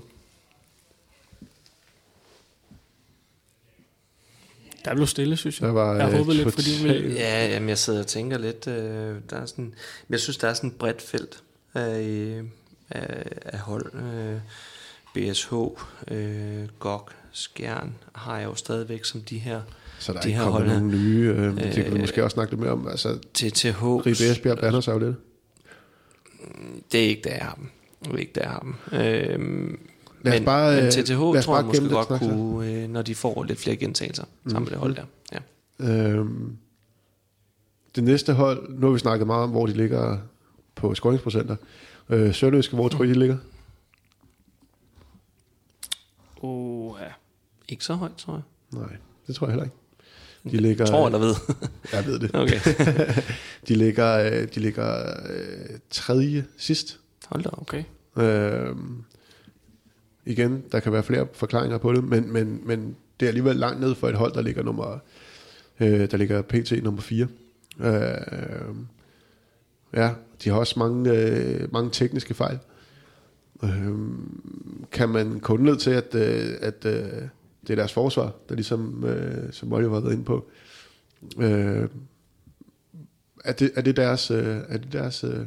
Der blev stille, synes jeg. Der var, jeg uh, håbede lidt, fordi... Vil... Ja, jamen, jeg sidder og tænker lidt... Øh, der er sådan, jeg synes, der er sådan et bredt felt af, af, af hold. Øh, B S H, øh, G O G, Skjern har jeg jo stadigvæk som de her... Så der er de ikke her kommet hold, nogle nye, øh, øh, det kan vi måske også snakke lidt mere om. Altså, T T H... Ribe Esbjerg blander sig jo lidt. Det er ikke der, jeg har dem. Det er ikke der, jeg har dem. Øhm, lad os men, bare, men T T H tror jeg måske godt snak, kunne, øh, når de får lidt flere gentagelser mm. sammen med det hold der. Ja. Øhm, det næste hold, nu har vi snakket meget om, hvor de ligger på scoringsprocenter. Øh, Sønderjyske, hvor tror I, de ligger? Oh, ja. Ikke så højt, tror jeg. Nej, det tror jeg heller ikke. De ligger, tror eller ved? Jeg ved det. Okay. de ligger, de ligger øh, tredje sidst. Hold da, okay. Øh, igen, der kan være flere forklaringer på det, men, men, men det er alligevel langt ned for et hold, der ligger nummer, øh, der ligger P T nummer fire. Øh, ja, de har også mange, øh, mange tekniske fejl. Øh, kan man komme ned til, at, øh, at øh, det er deres forsvar, der ligesom, øh, som Oliver har været inde på. Øh, er, det, er det deres, øh, er det deres øh,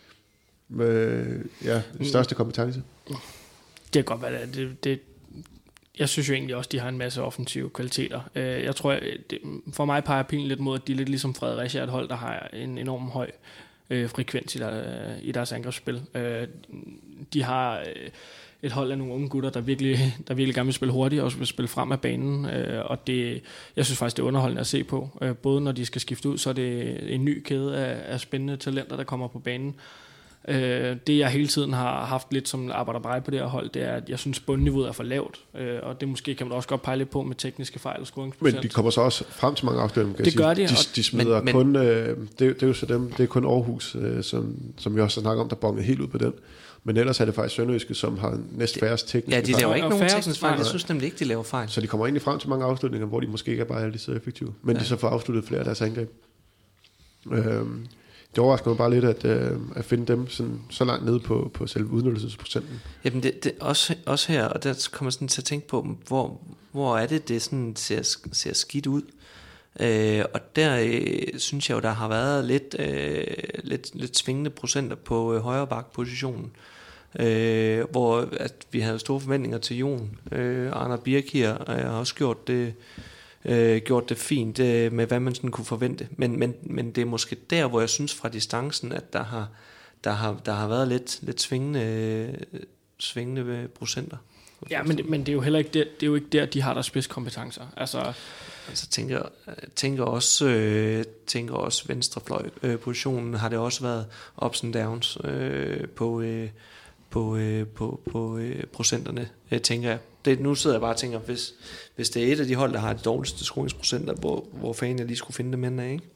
øh, ja, største kompetence? Det kan godt være, det, det, det jeg synes jo egentlig også, de har en masse offensive kvaliteter. Jeg tror, det, for mig peger pilen lidt mod, at de er lidt ligesom Fredericia, er et hold, der har en enorm høj øh, frekvens i, der, i deres angrebsspil. Øh, de har øh, et hold af nogle unge gutter, der virkelig, der virkelig gerne vil spille hurtigt, og også vil spille frem af banen. Øh, og det, jeg synes faktisk, det er underholdende at se på. Øh, både når de skal skifte ud, så er det en ny kæde af, af spændende talenter, der kommer på banen. Øh, det jeg hele tiden har haft lidt som arbejderbrej på det her hold, det er, at jeg synes bundniveauet er for lavt, øh, og det måske kan man også godt pege lidt på med tekniske fejl og scoringsprocent. Men de kommer så også frem til mange afslutninger, kan det gør sige. de. De, de smider men, kun, øh, det, det er jo så dem, det er kun Aarhus, øh, som, som vi også har snakket om, der bongede helt ud på den. Men ellers er det faktisk Sønderjyske, som har næst færrest tekniske fejl. Ja, de laver ikke og nogen færrest tekniske fejl. Jeg synes nemlig ikke, de laver fejl. Så de kommer egentlig frem til mange afslutninger, hvor de måske ikke er bare lige så effektive, men ja. De så får afsluttet flere af deres angreb. Øhm, Det overrasker mig bare lidt at, øh, at finde dem sådan, så langt nede på, på selve udnyttelsesprocenten. Jamen det, det også, også her, og der kommer sådan til at tænke på, hvor, hvor er det, det sådan ser, ser skidt ud. Øh, og der øh, synes jeg jo, der har været lidt, øh, lidt, lidt svingende procenter på øh, højre bakpositionen. Øh, hvor at vi havde store forventninger til Jon. Øh, Arne Birkier øh, har også gjort det Øh, gjort det fint øh, med hvad man sådan kunne forvente, men, men, men det er måske der, hvor jeg synes fra distancen, at der har, der har, der har været lidt, lidt svingende, øh, svingende procenter. Ja, men, men det er jo heller ikke der, det er jo ikke der, de har deres spidskompetencer. Altså, altså tænker, tænker også, øh, tænker også venstrefløj øh, positionen har det også været ups and downs øh, på øh, på øh, på på øh, procenterne, øh, tænker jeg. Det, nu sidder jeg bare og tænker, hvis, hvis det er et af de hold, der har de dårligste scoringsprocenter, hvor, hvor fanden jeg lige skulle finde dem hen af, ikke?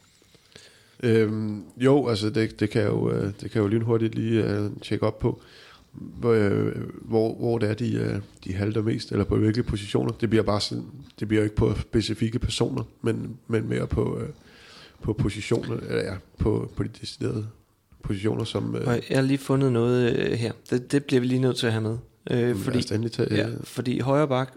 Øhm, jo, altså det, det kan jeg jo, det kan jeg jo lynhurtigt lige uh, tjekke op på, hvor, hvor, hvor det er, de, uh, de halter mest, eller på hvilke positioner. Det bliver bare sådan, det bliver jo ikke på specifikke personer, men, men mere på, uh, på positioner, eller ja, på, på de deciderede positioner, som... Uh, jeg har lige fundet noget uh, her. Det, det bliver vi lige nødt til at have med. Øh, fordi, tage, ja, fordi højre bak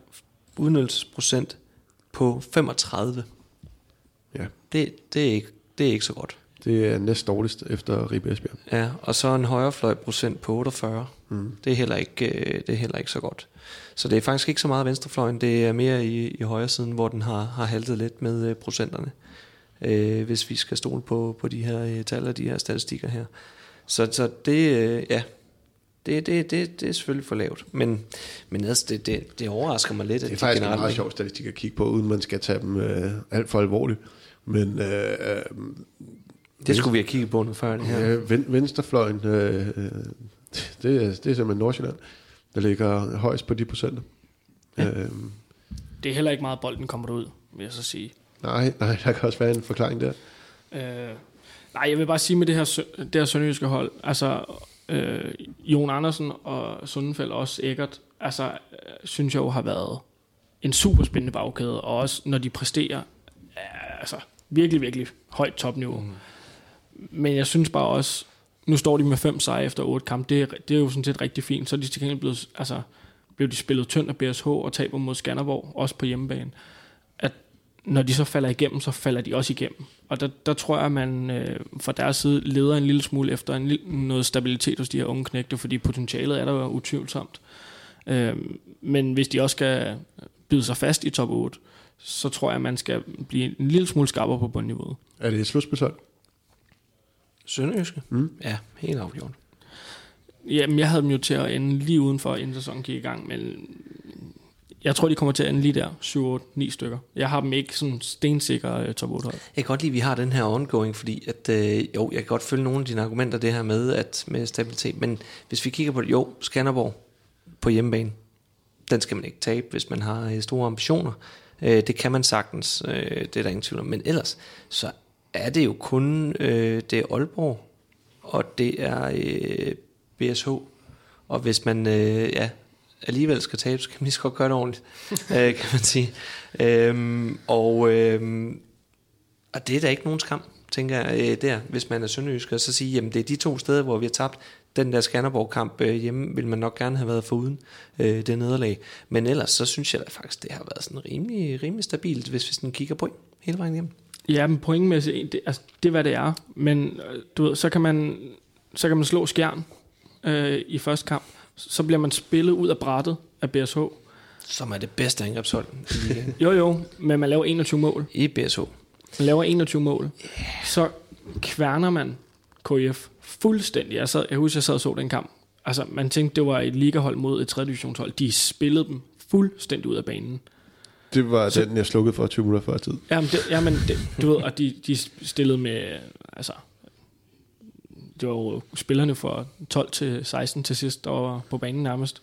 udnyttelsesprocent på femogtredive. Ja. Det, det, er ikke, det er ikke så godt. Det er næst dårligst efter Ribe Esbjerg. Ja, og så en højrefløj procent på otteogfyrre. Mm. Det er heller ikke det er heller ikke så godt. Så det er faktisk ikke så meget venstrefløjen, det er mere i, i højre siden, hvor den har, har haltet lidt med procenterne. Øh, hvis vi skal stole på, på de her øh, tal og de her statistikker her. Så, så det, øh, ja, det, det, det, det er selvfølgelig for lavt. Men, men altså, det, det, det overrasker mig lidt. Det er at faktisk de en meget sjov statistik at kigge på, uden man skal tage dem øh, alt for alvorligt. Men øh, øh, det skulle vi have kigget på noget før det her. Øh, ven, venstrefløjen, øh, det, er, det er simpelthen Nordsjælland, der ligger højst på de procenter. Ja. Øh, det er heller ikke meget bolden kommer ud, vil jeg så sige. Nej, nej, der kan også være en forklaring der. Øh, nej, jeg vil bare sige med det her, det her sønderjyske hold, altså øh, Jon Andersen og Sundenfeld, også Eggert, altså øh, synes jeg jo har været en super spændende bagkæde, og også når de præsterer, øh, altså virkelig, virkelig højt topniveau. Mm. Men jeg synes bare også, nu står de med fem sejre efter otte kampe, det er, det er jo sådan set rigtig fint, så er de til gengæld blevet, altså, blev de spillet tyndt af B S H og taber mod Skanderborg, også på hjemmebane. At når de så falder igennem, så falder de også igennem. Og der, der tror jeg, at man øh, fra deres side leder en lille smule efter en lille, noget stabilitet hos de her unge knægte, fordi potentialet er der jo utvivlsomt. Øh, men hvis de også skal bide sig fast i top otte, så tror jeg, at man skal blive en lille smule skarpere på bundniveauet. Er det et slutspilshold? Sønderjyske? Mm. Ja, helt afgjort. Jamen, jeg havde dem jo til at ende lige udenfor, inden sæsonen gik i gang, men jeg tror, de kommer til at ende lige der, syv, otte, ni stykker. Jeg har dem ikke sådan stensikre uh, top otte hold. Jeg kan godt lide, at vi har den her ongoing, fordi at, øh, jo, jeg kan godt følge nogle af dine argumenter, det her med, at, med stabilitet, men hvis vi kigger på det, jo, Skanderborg på hjemmebane, den skal man ikke tabe, hvis man har øh, store ambitioner. Øh, det kan man sagtens, øh, det er der ingen tvivl om, men ellers, så er det jo kun, øh, det er Aalborg, og det er øh, B S H, og hvis man, øh, ja, alligevel skal tabe, så kan man lige så godt gøre det ordentligt, øh, kan man sige. Øhm, og, øhm, og det er da ikke nogen skam, tænker jeg, øh, der, hvis man er sønderjysk, og så sige, jamen det er de to steder, hvor vi har tabt. Den der Skanderborg-kamp øh, hjemme, vil man nok gerne have været foruden øh, det nederlag. Men ellers, så synes jeg da faktisk, det har været sådan rimelig, rimelig stabilt, hvis vi sådan kigger på hele vejen hjem. Ja, men pointmæssigt, det, altså, det er, hvad det er. Men du ved, så kan man, så kan man slå Skjern øh, i første kamp. Så bliver man spillet ud af brættet af B S H. Som er det bedste angrebshold i ligaen. Jo, jo, men man laver enogtyve mål. I B S H. Man laver enogtyve mål. Yeah. Så kværner man K I F fuldstændig. Jeg, sad, jeg husker, jeg sad og så den kamp. Altså, man tænkte, det var et ligahold mod et tredje divisionshold. De spillede dem fuldstændig ud af banen. Det var så, den, jeg slukkede for tyve minutter før tid. Jamen, det, jamen det, du ved, og de, de stillede med, altså, det var jo spillerne fra tolv til seksten til sidst, der var på banen nærmest.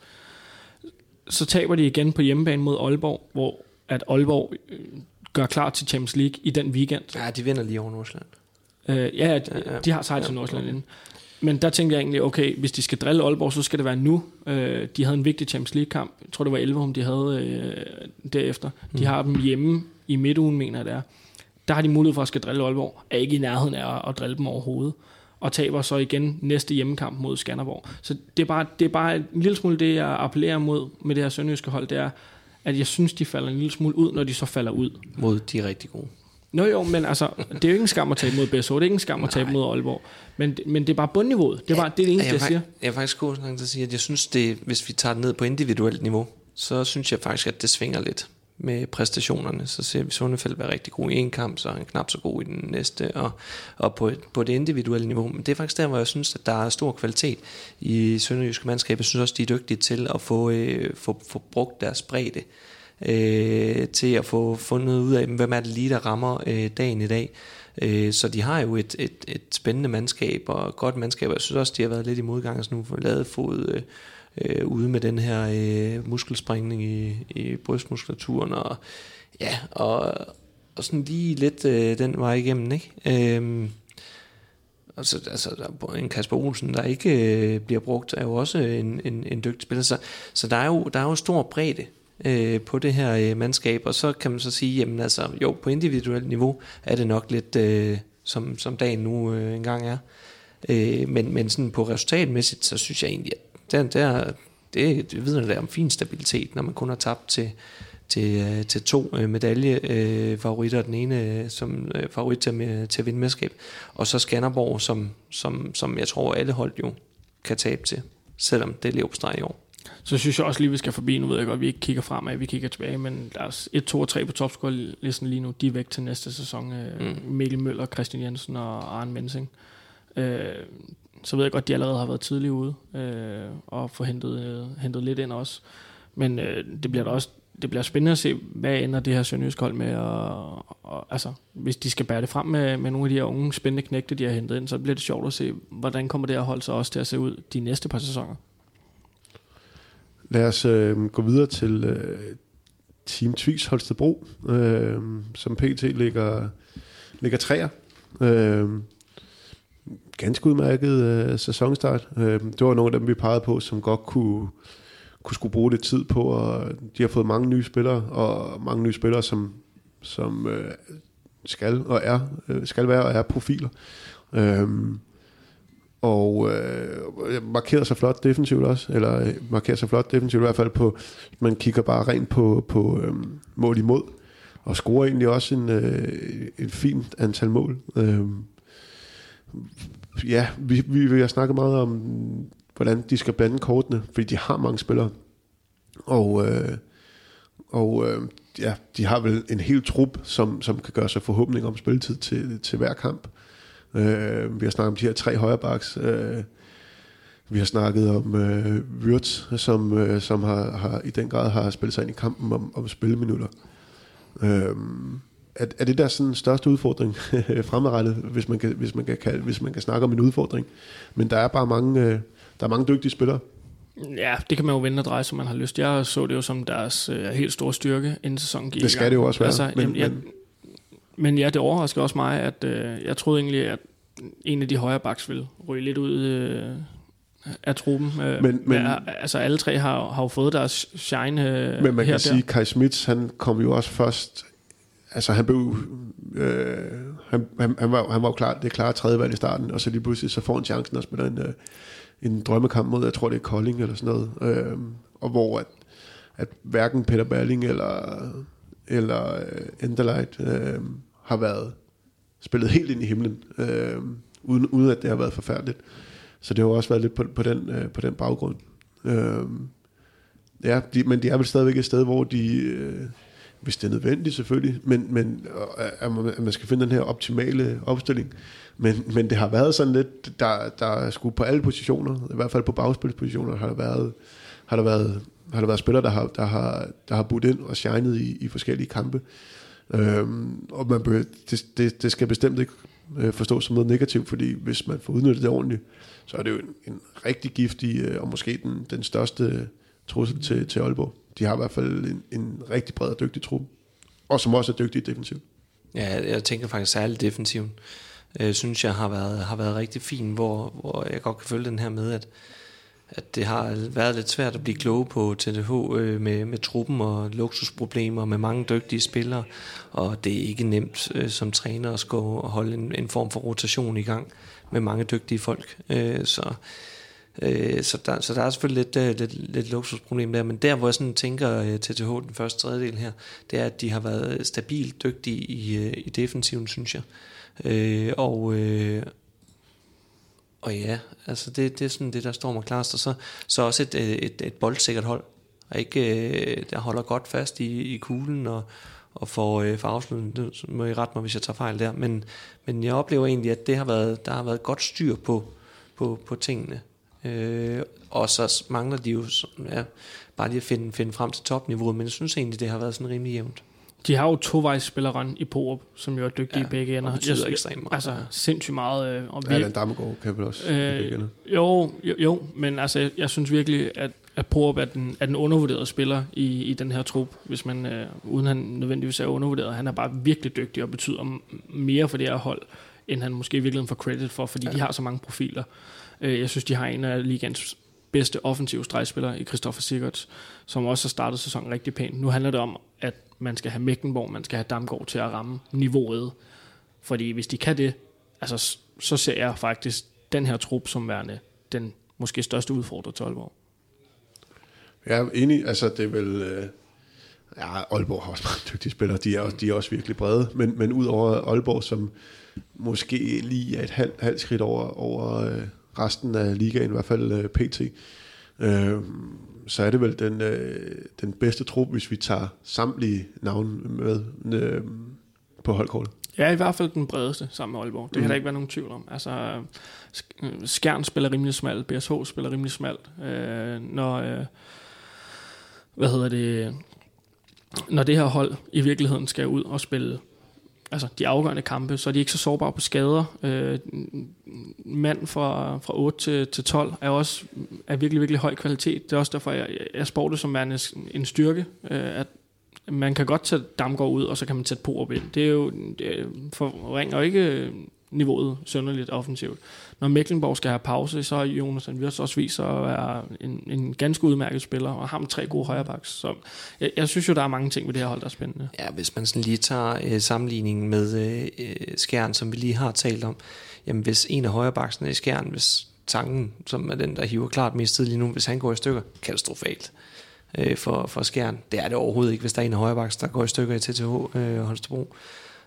Så taber de igen på hjemmebane mod Aalborg, hvor at Aalborg øh, gør klar til Champions League i den weekend. Ja, de vinder lige over Nordsjælland. Øh, ja, de, ja, ja, de har sejt ja, til Nordsjælland inden. Men der tænkte jeg egentlig, okay, hvis de skal drille Aalborg, så skal det være nu. Øh, de havde en vigtig Champions League-kamp. Jeg tror, det var elleve, de havde øh, derefter. De mm. har dem hjemme i midtugen, mener jeg det er. Der har de mulighed for at skal drille Aalborg. Er ikke i nærheden af at drille dem overhovedet. Og taber så igen næste hjemmekamp mod Skanderborg. Så det er bare, det er bare en lille smule det, jeg appellerer mod med det her sønderjyske hold, det er, at jeg synes, de falder en lille smule ud, når de så falder ud. Mod de rigtig gode. Nå jo, men altså, det er jo ikke en skam at tabe mod B S H, det er ikke en skam at tabe mod Aalborg. Men, men det er bare bundniveauet. Det er bare det, er det eneste, jeg, jeg siger. Jeg er faktisk god til at sige, at jeg synes, det, hvis vi tager det ned på individuelt niveau, så synes jeg faktisk, at det svinger lidt med præstationerne. Så ser vi Sundefeldt være rigtig god i en kamp, så er han knap så god i den næste, og, og på, et, på det individuelle niveau. Men det er faktisk der, hvor jeg synes, at der er stor kvalitet i sønderjyske mandskab. Jeg synes også, de er dygtige til at få, øh, få, få brugt deres bredde, øh, til at få fundet ud af, hvem er det lige, der rammer øh, dagen i dag. Øh, så de har jo et, et, et spændende mandskab, og et godt mandskab. Jeg synes også, de har været lidt i modgang, altså nu for lavet fod øh, øh, ude med den her øh, muskelsprængning i, i brystmuskulaturen, og ja, og, og sådan lige lidt øh, den vej igennem, ikke? Øh, altså, altså der en Kasper Olsen, der ikke øh, bliver brugt, er jo også en, en, en dygtig spiller, så, så der er jo, der er jo stor bredde øh, på det her øh, mandskab, og så kan man så sige, jamen altså, jo, på individuelt niveau er det nok lidt, øh, som, som dagen nu øh, engang er, øh, men, men sådan på resultatmæssigt, så synes jeg egentlig, at der, der, det, det vidner der om fin stabilitet, når man kun har tabt til, til, til to øh, medaljefavoritter, den ene øh, som øh, favorit til, med, til at vinde mesterskab, og så Skanderborg, som, som, som jeg tror alle hold jo kan tabe til, selvom det er leverpostej i år. Så synes jeg også lige, vi skal forbi, nu ved jeg godt, vi ikke kigger fremad, vi kigger tilbage, men der er et, to og tre på topscore-listen lige nu, de er væk til næste sæson. Mm. Mikkel Møller, Christian Jensen og Arne Mensing. Øh, så ved jeg godt, de allerede har været tidligt ude øh, og få hentet, øh, hentet lidt ind også. Men øh, det bliver da også det bliver spændende at se, hvad ender det her Sønderjysk hold med. Og, og, altså, hvis de skal bære det frem med, med nogle af de her unge spændende knægte, de har hentet ind, så bliver det sjovt at se, hvordan kommer det her hold så også til at se ud de næste par sæsoner. Lad os øh, gå videre til øh, Team Tvis Holstebro, øh, som P T ligger, ligger træer. Øh, ganske udmærket øh, sæsonstart. Øh, det var nogle af dem, vi pegede på, som godt kunne, kunne skulle bruge lidt tid på, og de har fået mange nye spillere, og mange nye spillere, som, som øh, skal og er øh, skal være og er profiler. Øh, og øh, markerer sig flot defensivt også, eller øh, markerer sig flot defensivt i hvert fald på, man kigger bare rent på, på øh, mål imod, og scorer egentlig også en, øh, et fint antal mål. Øh, ja, vi, vi, vi har snakket meget om, hvordan de skal blande kortene, fordi de har mange spillere, og, øh, og øh, ja, de har vel en hel trup, som, som kan gøre sig forhåbning om spilletid til, til hver kamp. Uh, vi har snakket om de her tre højrebacks. Uh, vi har snakket om uh, Wirtz, som, uh, som har, har i den grad har spillet sig ind i kampen om, om spilleminutter. Uh, er, er det der sådan største udfordring fremadrettet, hvis man kan, hvis man kan kalde, hvis man kan snakke om en udfordring? Men der er bare mange, uh, der er mange dygtige spillere. Ja, det kan man jo vende og dreje, som man har lyst. Jeg så det jo som deres uh, helt store styrke, inden sæsonen gik. Det skal det jo også være. Altså, men, jamen, jeg, men Men ja, det overrasker også mig, at øh, jeg troede egentlig, at en af de højre backs ville ryge lidt ud øh, af truppen. Øh, men, men, men, altså alle tre har, har jo fået deres shine øh, men man her kan sige, at Kai Smits, han kom jo også først, altså han blev, øh, han, han, han, var, han var jo klar, det er klare tredje valg i starten, og så lige pludselig så får han chancen og spiller en, øh, en drømmekamp mod, jeg tror det er Kolding eller sådan noget, øh, og hvor at, at hverken Peter Berling eller eller uh, Enderleit øh, har været spillet helt ind i himlen, øh, uden, uden at det har været forfærdeligt. Så det har også været lidt på, på, den, øh, på den baggrund. Øh, ja, de, men de er vel stadigvæk et sted, hvor de, øh, hvis det er nødvendigt selvfølgelig, men, men at man skal finde den her optimale opstilling. Men, men det har været sådan lidt, der, der er sgu på alle positioner, i hvert fald på bagspilspositioner, har der været, har der været har der været spillere, der har, der har, der har budt ind og shined i, i forskellige kampe. Øhm, og man bør, det, det, det skal bestemt ikke øh, forstås som noget negativt, fordi hvis man får udnyttet det ordentligt, så er det jo en, en rigtig giftig, øh, og måske den, den største trussel til, til Aalborg. De har i hvert fald en, en rigtig bred og dygtig trup, og som også er dygtig defensivt. Ja, jeg tænker faktisk særligt defensiven. Jeg synes, jeg har været, har været rigtig fin, hvor, hvor jeg godt kan følge den her med, at at det har været lidt svært at blive kloge på T D H øh, med, med truppen og luksusproblemer med mange dygtige spillere, og det er ikke nemt øh, som træner at skal holde en, en form for rotation i gang med mange dygtige folk. Øh, så, øh, så, der, så der er selvfølgelig lidt, øh, lidt, lidt luksusproblem der, men der hvor jeg sådan tænker øh, T D H den første tredjedel her, det er at de har været stabilt dygtige i, øh, i defensiven, synes jeg. Øh, og øh, Og ja, altså det, det er sådan det, der står mig klarest. Og så, så også et, et, et boldsikkert hold, og ikke, der holder godt fast i, i kuglen og, og får, øh, får afslutning. Det må I rette mig, hvis jeg tager fejl der. Men, men jeg oplever egentlig, at det har været, der har været godt styr på, på, på tingene. Øh, og så mangler de jo ja, bare lige at finde, finde frem til topniveauet. Men jeg synes egentlig, det har været sådan rimelig jævnt. De har jo tovejsspilleren i Porup, som jo er dygtige ja, i begge ender. Og betyder ekstremt meget. Altså sindssygt meget. Øh, og ja, den Damgaard kan vel også øh, i begge ender. Jo, jo, jo, men altså, jeg, jeg synes virkelig, at, at Porup er den, er den undervurderede spiller i, i den her trup, hvis man, øh, uden han nødvendigvis er undervurderet. Han er bare virkelig dygtig og betyder mere for det her hold, end han måske i virkeligheden får credit for, fordi ja. de har så mange profiler. Øh, jeg synes, de har en af ligaens bedste offensive stregspillere i Christoffer Sigurds, som også har startet sæsonen rigtig pænt. Nu handler det om, at man skal have Mækkenborg, man skal have Damgaard til at ramme niveauet. Fordi hvis de kan det, altså, så ser jeg faktisk den her trup som værende den måske største udfordrer til Aalborg. Jeg er enig, altså det er vel, øh, Ja, Aalborg har også mange dygtige spillere. De er også, de er også virkelig brede. Men, men ud over Aalborg, som måske lige er et halvt halv skridt over, over øh, resten af ligaen, i hvert fald øh, P T, øh, så er det vel den, øh, den bedste trup, hvis vi tager samtlige navne med øh, på holdkortet. Ja, i hvert fald den bredeste sammen med Aalborg. Det mm. kan der ikke være nogen tvivl om. Altså, Skjern spiller rimelig smalt, B S H spiller rimelig smalt. Øh, når, øh, hvad hedder det, når det her hold i virkeligheden skal ud og spille altså de afgørende kampe, så er de ikke så sårbare på skader. Øh, mand fra, fra otte til, til tolv er også er virkelig, virkelig høj kvalitet. Det er også derfor, jeg, jeg spår det som en, en styrke, øh, at man kan godt tage Damgaard ud, og så kan man sætte Porup ind. Det er jo det forringer ikke niveauet synderligt offensivt. Når Mecklenburg skal have pause, så har Jonas Anvirts også vist sig at være en, en ganske udmærket spiller, og har med tre gode højrebacks. Så jeg, jeg synes jo, der er mange ting ved det her hold, der er spændende. Ja, hvis man sådan lige tager øh, sammenligningen med øh, Skjern, som vi lige har talt om, jamen hvis en af højrebacksene i Skjern, hvis tanken, som er den, der hiver klart mest tid lige nu, hvis han går i stykker, katastrofalt øh, for, for Skjern. Det er det overhovedet ikke, hvis der er en af højrebacks, der går i stykker i T T H øh, Holstebro.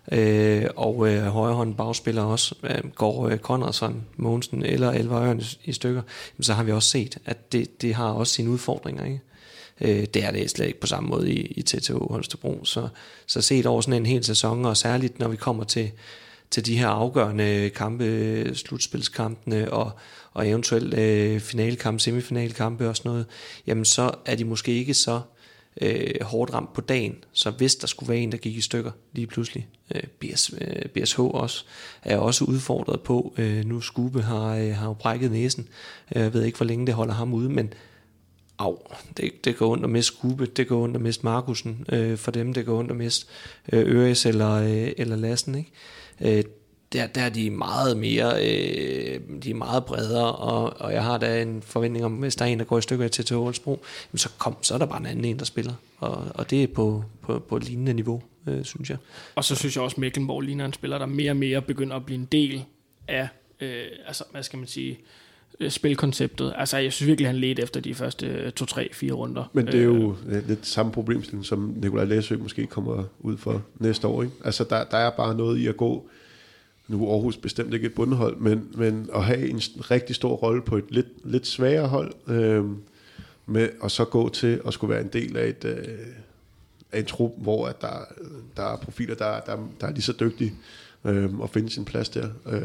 Øh, og øh, højrehånden bagspiller også øh, går øh, Konradsson, Mogensen eller Elvar Ørn i, i stykker, så har vi også set, at det, det har også sine udfordringer, ikke? Øh, det er det slet ikke på samme måde i, i T T H Holstebro, så, så set over sådan en hel sæson, og særligt når vi kommer til, til de her afgørende kampe, slutspilskampene og, og eventuelt øh, finalekampe, semifinalekampe og sådan noget, jamen så er de måske ikke så Øh, hårdt ramt på dagen, så hvis der skulle være en, der gik i stykker lige pludselig, øh, B S, øh, B S H også, er også udfordret på, øh, nu Skube har, øh, har jo brækket næsen, jeg øh, ved ikke, hvor længe det holder ham ude, men au, det, det går ondt at miste Skube, det går ondt at miste Markusen, øh, for dem det går ondt at miste øh, Øres eller, øh, eller Lassen, ikke? Øh, Der, der er de meget mere, øh, de er meget bredere, og, og jeg har da en forventning om, hvis der er en, der går i stykker i T T H Holstebro, så, kom, så er der bare en anden en, der spiller, og, og det er på, på, på et lignende niveau, øh, synes jeg. Og så synes jeg også, at Mecklenburg ligner en spiller, der mere og mere begynder at blive en del af, øh, altså hvad skal man sige, spilkonceptet. Altså jeg synes virkelig, han ledte efter de første to, tre, fire runder. Men det er jo øh, lidt samme problemstilling, som Nikolaj Læsø måske kommer ud for næste år, ikke? Altså der, der er bare noget i at gå. Nu er Aarhus bestemt ikke et bundhold, men, men at have en rigtig stor rolle på et lidt, lidt svagere hold, øh, med, og så gå til at skulle være en del af, et, øh, af en trup, hvor at der, der er profiler, der, der, der er lige så dygtige øh, at finde sin plads der. Øh,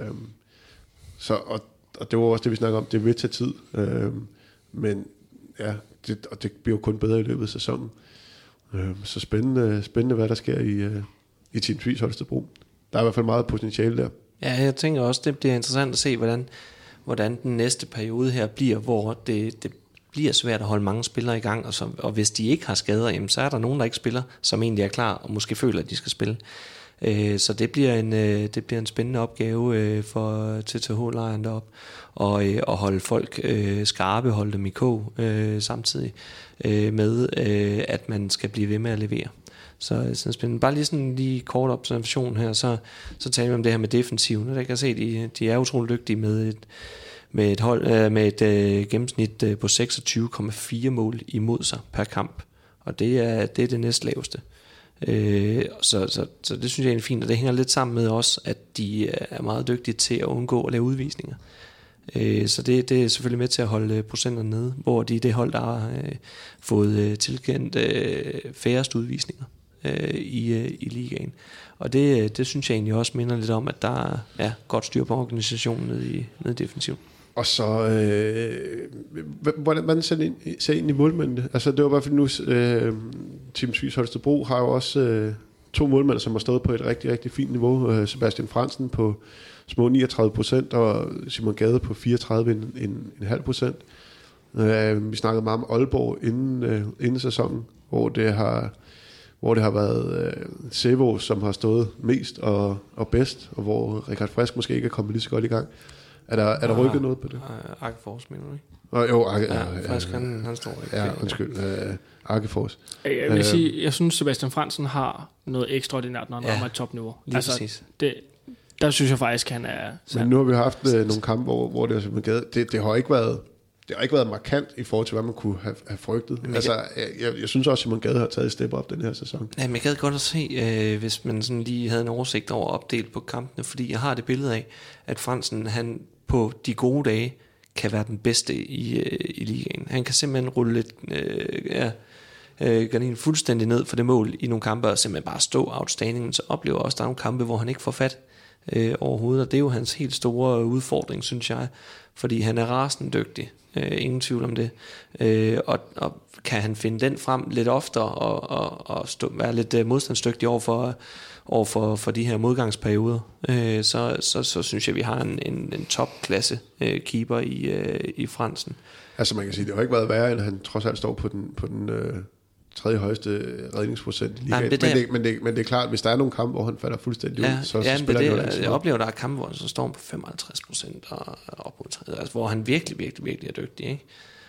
så, og, og det var også det, vi snakker om, det vil tage tid, øh, men ja, det, og det bliver jo kun bedre i løbet af sæsonen. Øh, så spændende, spændende, hvad der sker i, øh, i Team Tvis Holstebro. Der er i hvert fald meget potentiale der. Ja, jeg tænker også, det bliver interessant at se, hvordan, hvordan den næste periode her bliver, hvor det, det bliver svært at holde mange spillere i gang, og, så, og hvis de ikke har skader, jamen, så er der nogen, der ikke spiller, som egentlig er klar, og måske føler, at de skal spille. Øh, så det bliver, en, øh, det bliver en spændende opgave øh, for T T H-lejren deroppe, og øh, at holde folk øh, skarpe, holde dem i kog øh, samtidig øh, med, øh, at man skal blive ved med at levere. Så sådan spændende. Bare lige sådan lige kort observation her, så, så taler vi om det her med defensiven. Der kan jeg se, de, de er utrolig dygtige med et, med et, hold, øh, med et øh, gennemsnit øh, på seksogtyve komma fire mål imod sig per kamp. Og det er det, er det næstlaveste. Øh, så, så, så det synes jeg er fint, og det hænger lidt sammen med også, at de er meget dygtige til at undgå at lave udvisninger. Øh, så det, det er selvfølgelig med til at holde procenterne nede, hvor de er det hold, der har øh, fået øh, tilkendt øh, færrest udvisninger i, i ligaen. Og det, det synes jeg egentlig også minder lidt om, at der er ja, godt styr på organisationen nede i, nede i defensiven. Og så, øh, hvordan man ser ind, ser ind i målmændene? Altså det var i hvert fald nu, øh, Team Tvis Holstebro har jo også øh, to målmænd, som har stået på et rigtig, rigtig fint niveau. Øh, Sebastian Fransen på små niogtredive procent, og Simon Gade på fireogtredive komma fem procent. Øh, vi snakkede meget om Aalborg inden, øh, inden sæsonen, hvor det har hvor det har været øh, Sevo, som har stået mest og, og bedst, og hvor Richard Frisk måske ikke er kommet lige så godt i gang. Er der, er der rykket noget på det? Arkefors, mener du ikke? Oh, jo, Arke, ja, ja, Frisk, han, han står ikke. Ja, undskyld. Øh, Arkefors. Jeg vil sige, jeg synes, Sebastian Fransen har noget ekstraordinært, når han ja, rammer et topniveau. Lige altså, præcis. Det, der synes jeg faktisk, han er... Men nu har vi haft øh, nogle kampe, hvor, hvor det er simpelthen gade. Det, det har ikke været det har ikke været markant i forhold til, hvad man kunne have, have frygtet. Men altså, jeg, jeg, jeg synes også, at Simon Gade har taget et step op den her sæson. Ja, men jeg gad godt at se, øh, hvis man sådan lige havde en oversigt over opdelt på kampene, fordi jeg har det billede af, at Frandsen, han på de gode dage, kan være den bedste i, øh, i ligaen. Han kan simpelthen rulle lidt, øh, ja, øh, gardinen fuldstændig ned for det mål i nogle kampe, og simpelthen bare stå outstanding, men så oplever også, at der er nogle kampe, hvor han ikke får fat øh, overhovedet, og det er jo hans helt store udfordring, synes jeg, fordi han er rasende dygtig. Øh, ingen tvivl om det. Øh, og, og kan han finde den frem lidt oftere og, og, og stå, være lidt uh, modstandsdygtig over for, over for, for de her modgangsperioder, øh, så, så, så synes jeg, vi har en, en, en topklasse øh, keeper i, øh, i Frandsen. Altså man kan sige, det har ikke været værre, end han trods alt står på den, på den øh, tredje højeste redningsprocent i ligaen. Men, men, det, men, det, men det er klart, hvis der er nogle kampe, hvor han falder fuldstændig ja, ud, så, ja, så spiller det, han jo det, altid. Jeg oplever, der er kampe, hvor så står han på femoghalvtreds procent og op mod tredive, altså, hvor han virkelig, virkelig, virkelig er dygtig, ikke?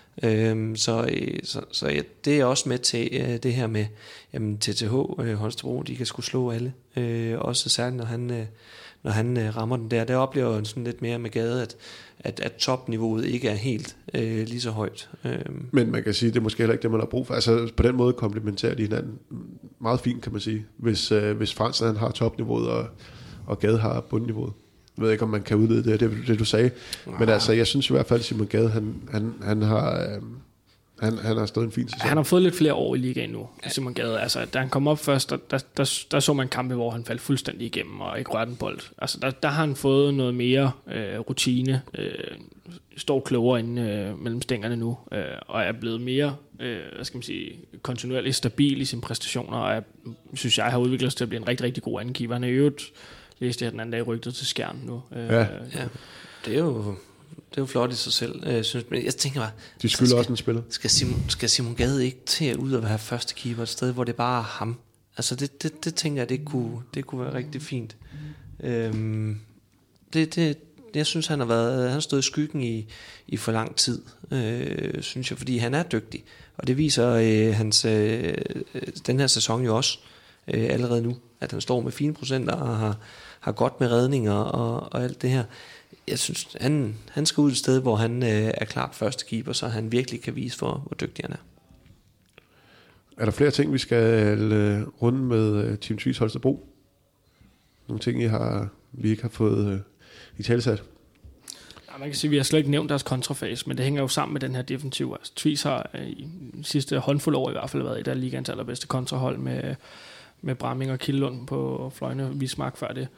Øhm, så så, så ja, det er også med til øh, det her med jamen, T T H øh, Holstebro, de kan skulle slå alle, øh, også særligt når han øh, når han øh, rammer den der. Der oplever jeg sådan lidt mere med Gade, at, at, at topniveauet ikke er helt øh, lige så højt. Øhm. Men man kan sige, det er måske heller ikke det, man har brug for. Altså på den måde komplementerer de hinanden meget fint, kan man sige. Hvis, øh, hvis Frandsen han har topniveauet, og, og Gade har bundniveauet. Jeg ved ikke, om man kan udlede det, det, det du sagde. Nej. Men altså, jeg synes i hvert fald, at Simon Gade, han, han, han har... Øh, Han, han har stået en fin sæson. Han har fået lidt flere år i ligaen nu, Simon Gade. Altså, da han kom op først, der, der, der, der så man kampe, hvor han faldt fuldstændig igennem og ikke rørte en bold. Altså, der, der har han fået noget mere øh, rutine, øh, står klogere inde øh, mellem stængerne nu, øh, og er blevet mere, øh, hvad skal man sige, kontinuerligt stabil i sine præstationer, og er, synes jeg, har udviklet sig til at blive en rigtig, rigtig god andenkeeper. Han er jo et, læste jeg den anden dag, rygtet til Skjern nu. Øh, ja. ja, det er jo... Det er jo flot i sig selv, øh, synes, men jeg tænker bare... De skylder skal, også en spiller. Skal Simon, skal Simon Gade ikke til at ud og være første keeper et sted, hvor det bare er ham? Altså det, det, det tænker jeg, det kunne, det kunne være rigtig fint. Øhm, det, det, jeg synes, han har været, han har stået i skyggen i, i for lang tid, øh, synes jeg, fordi han er dygtig. Og det viser øh, hans, øh, den her sæson jo også øh, allerede nu, at han står med fine procenter og har, har godt med redninger og, og alt det her. Jeg synes, han, han skal ud et sted, hvor han øh, er klart første keeper, så han virkelig kan vise for, hvor dygtig han er. Er der flere ting, vi skal øh, runde med øh, Team Tvis Holstebro? Nogle ting, I har, vi ikke har fået øh, i talesat? Ja, man kan sige, at vi har slet ikke nævnt deres kontrafase, men det hænger jo sammen med den her defensiv. Altså, Tvis har øh, i de sidste håndfuld år i hvert fald været et af ligaens allerbedste kontrahold med, med Bramming og Kildlund på fløjene Vismark før det.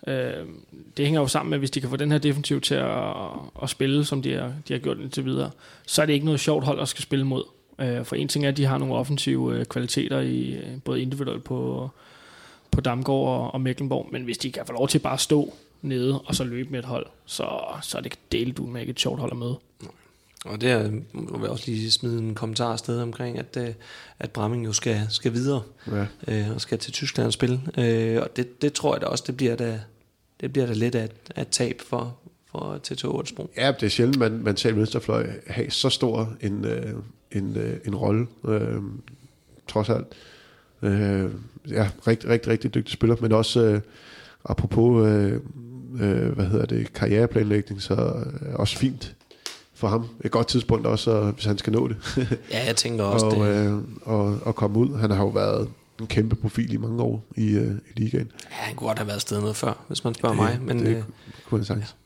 Det hænger jo sammen med, at hvis de kan få den her defensiv til at, at spille, som de har, de har gjort indtil videre, så er det ikke noget sjovt hold at skal spille mod. For en ting er, at de har nogle offensive kvaliteter, i både individuelt på, på Damgaard og, og Mecklenborg, men hvis de kan få lov til bare at stå nede og så løbe med et hold, så, så er det delt ud med ikke et sjovt hold at møde. Og der må jeg også lige smide en kommentar afsted omkring, at, at Bramming jo skal, skal videre, ja. øh, og skal til Tyskland og spille. Øh, og det, det tror jeg da også, det bliver da, det bliver da lidt af et tab for, for T T H Holstebro. Ja, det er sjældent, man, man tager venstrefløj have så stor en, øh, en, øh, en rolle, øh, trods alt. Øh, ja, rigtig, rigtig, rigtig dygtig spiller, men også øh, apropos, øh, øh, hvad hedder det, karriereplanlægning, så øh, også fint for ham. Et godt tidspunkt også, hvis han skal nå det. Ja, jeg tænker også og, det. Øh, og, og komme ud. Han har jo været en kæmpe profil i mange år i, øh, i ligaen. Ja, han kunne godt have været afsted noget før, hvis man spørger det, mig. Men, det øh, kunne han sagtens.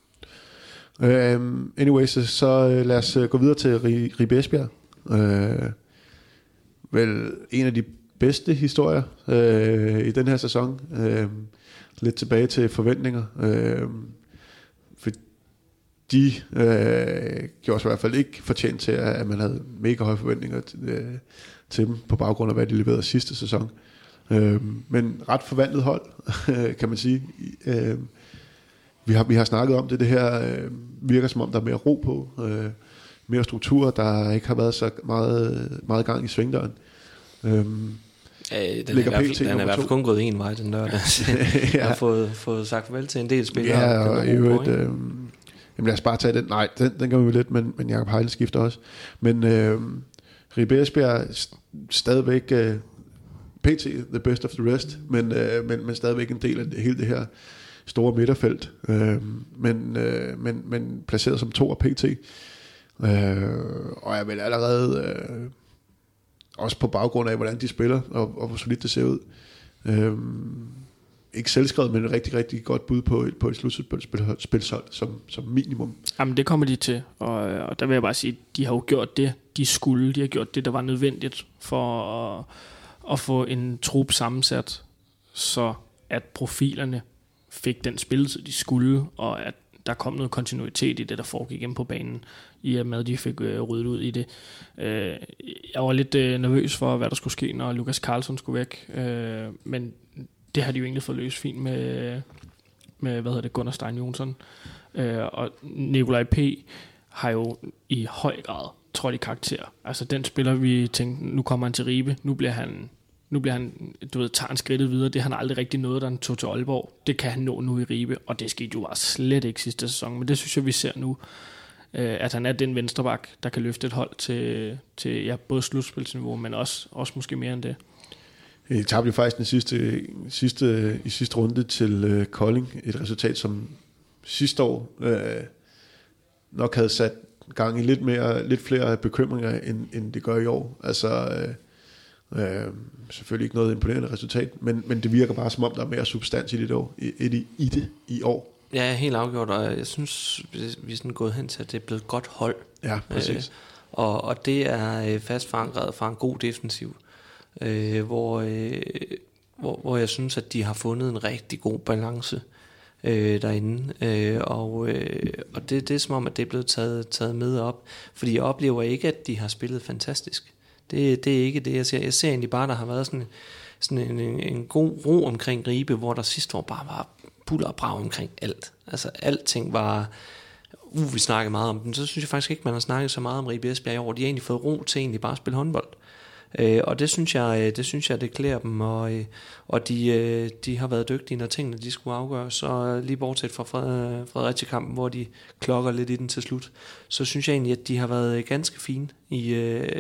Ja. Um, anyways, så, så lad os uh, gå videre til Ribe Esbjerg. Uh, vel en af de bedste historier uh, i den her sæson. Uh, lidt tilbage til forventninger. Uh, for de øh, gjorde sig i hvert fald ikke fortjent til, at man havde mega høje forventninger til, øh, til dem, på baggrund af, hvad de leverede sidste sæson. Øh, men ret forvandlet hold, kan man sige. Øh, vi, har, vi har snakket om det, det her øh, virker som om, der er mere ro på, øh, mere struktur, der ikke har været så meget, meget gang i svingdøren. Øh, Ja, den er i hvert fald, den er i hvert fald kun gået en vej, den der. ja. Jeg har fået, fået sagt farvel til en del spillere. Ja, og i øvrigt... Øh, Jamen lad os bare tage den. Nej, den, den gør vi lidt, men, men Jakob Heile skifter også. Men øh, Ribe Esbjerg st- stadigvæk øh, P T, the best of the rest, men, øh, men, men stadigvæk en del af det, hele det her store midterfelt. Øh, men, øh, men, men placeret som to af P T. Øh, og jeg vil allerede, øh, også på baggrund af, hvordan de spiller, og, og hvor solidt det ser ud, øh, ikke selvskrevet, men et rigtig, rigtig godt bud på et, på et slutspilshold som, som minimum. Jamen det kommer de til, og, og der vil jeg bare sige, de har jo gjort det, de skulle, de har gjort det, der var nødvendigt for at, at få en trup sammensat, så at profilerne fik den spilletid, de skulle, og at der kom noget kontinuitet i det, der foregik hjemme på banen, i og med, at de fik øh, ryddet ud i det. Øh, jeg var lidt øh, nervøs for, hvad der skulle ske, når Lukas Karlsson skulle væk, øh, men det har de jo egentlig fået løst fint med, med hvad hedder det, Gunnar Stein Jonsson. Øh, og Nikolaj P. har jo i høj grad trådt i karakter. Altså den spiller, vi tænkte, nu kommer han til Ribe, nu bliver han, nu bliver han, du ved, tager han skridtet videre. Det har han aldrig rigtig nået, da han tog til Aalborg. Det kan han nå nu i Ribe, og det skete jo bare slet ikke sidste sæson. Men det synes jeg, vi ser nu, øh, at han er den venstreback, der kan løfte et hold til, til ja, både slutspilsniveau, men også, også måske mere end det. Jeg tabte jo faktisk den sidste, sidste, i sidste runde til øh, Kolding. Et resultat, som sidste år øh, nok havde sat gang i lidt, mere, lidt flere bekymringer, end, end det gør i år. Altså øh, øh, selvfølgelig ikke noget imponerende resultat, men, men det virker bare som om, der er mere substans i det, år, i, i, i det i år. Ja, helt afgjort, og jeg synes, vi er sådan gået hen til, at det er blevet et godt hold. Ja, præcis. Øh, og, og det er fast forankret fra en god defensiv. Øh, hvor, øh, hvor, hvor jeg synes, at de har fundet en rigtig god balance øh, derinde, øh, og, øh, og det, det er som om, at det er blevet taget, taget med op, fordi jeg oplever ikke, at de har spillet fantastisk. Det, det er ikke det, jeg ser. Jeg ser egentlig bare, der har været sådan, sådan en, en, en god ro omkring Ribe, hvor der sidste år bare var buller og brag omkring alt. Altså alting var... Uh, vi snakkede meget om dem, så synes jeg faktisk ikke, man har snakket så meget om Ribe Esbjerg i år. De har egentlig fået ro til egentlig bare at spille håndbold. Øh, og det synes jeg, det synes jeg, det klæder dem, og, og de, de har været dygtige, når tingene de skulle afgøres. Så lige bortset fra Fred, Fredericia-kampen, hvor de klokker lidt i den til slut, så synes jeg egentlig, at de har været ganske fine i,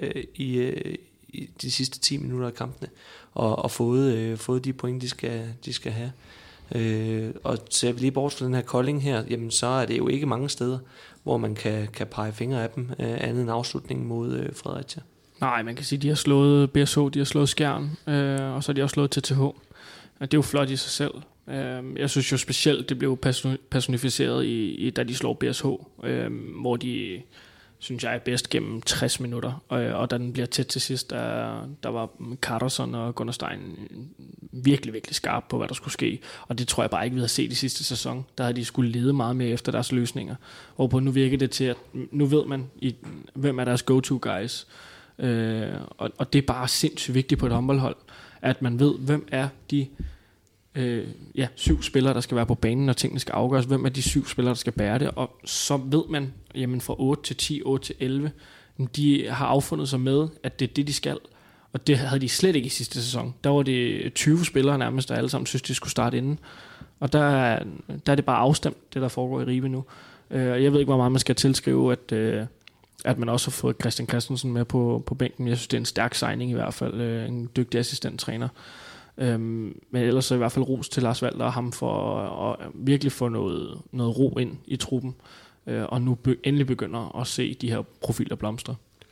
i, i de sidste ti minutter af kampene, og, og fået, fået de point, de skal, de skal have. Øh, og ser vi lige bort fra den her Kolding her, jamen så er det jo ikke mange steder, hvor man kan, kan pege fingre af dem, andet end afslutningen mod Fredericia. Nej, man kan sige, at de har slået B S H, de har slået Skjern, øh, og så har de også slået T T H. Det er jo flot i sig selv. Øh, jeg synes jo specielt, det blev personificeret, i, i, da de slår B S H, øh, hvor de, synes jeg, er bedst gennem tres minutter. Og, og da den bliver tæt til sidst, der, der var Carterson og Gunnar Stein virkelig, virkelig skarp på, hvad der skulle ske. Og det tror jeg bare ikke, vi havde set i sidste sæson. Der havde de skulle lede meget mere efter deres løsninger. Og på nu virker det til, at nu ved man, i, hvem er deres go-to guys. Øh, og, og det er bare sindssygt vigtigt på et håndboldhold, at man ved, hvem er de øh, ja, syv spillere, der skal være på banen, når tingene skal afgøres, hvem er de syv spillere, der skal bære det, og så ved man, jamen fra otte til ti, otte til elleve, de har affundet sig med, at det er det, de skal, og det havde de slet ikke i sidste sæson. Der var det tyve spillere nærmest, der alle sammen synes, de skulle starte inden, og der, der er det bare afstemt, det der foregår i Ribe nu. Øh, jeg ved ikke, hvor meget man skal tilskrive, at øh, at man også har fået Christian Christensen med på, på bænken. Jeg synes, det er en stærk signing i hvert fald. Øh, en dygtig assistenttræner. Øhm, men ellers så i hvert fald ros til Lars Valder og ham for at, at virkelig få noget, noget ro ind i truppen. Øh, og nu be- endelig begynder at se de her profiler blomstre.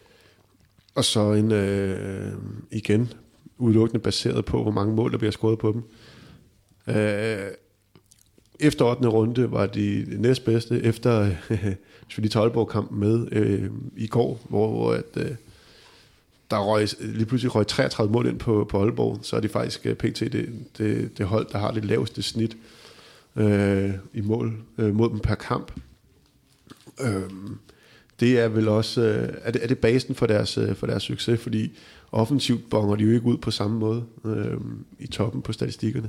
Og så en, øh, igen udelukkende baseret på, hvor mange mål, der bliver scoret på dem. Øh, efter ottende runde var de næstbedste, efter hvis vi lige tager Aalborg-kampen med øh, i går, hvor, hvor at, øh, der røg, lige pludselig røg treogtredive mål ind på, på Aalborg, så er de faktisk øh, pt. Det, det, det hold, der har det laveste snit øh, i mål øh, mod dem per kamp. Øh, det er vel også øh, er, det, er det basen for deres, øh, for deres succes, fordi offensivt bonger de jo ikke ud på samme måde øh, i toppen på statistikkerne.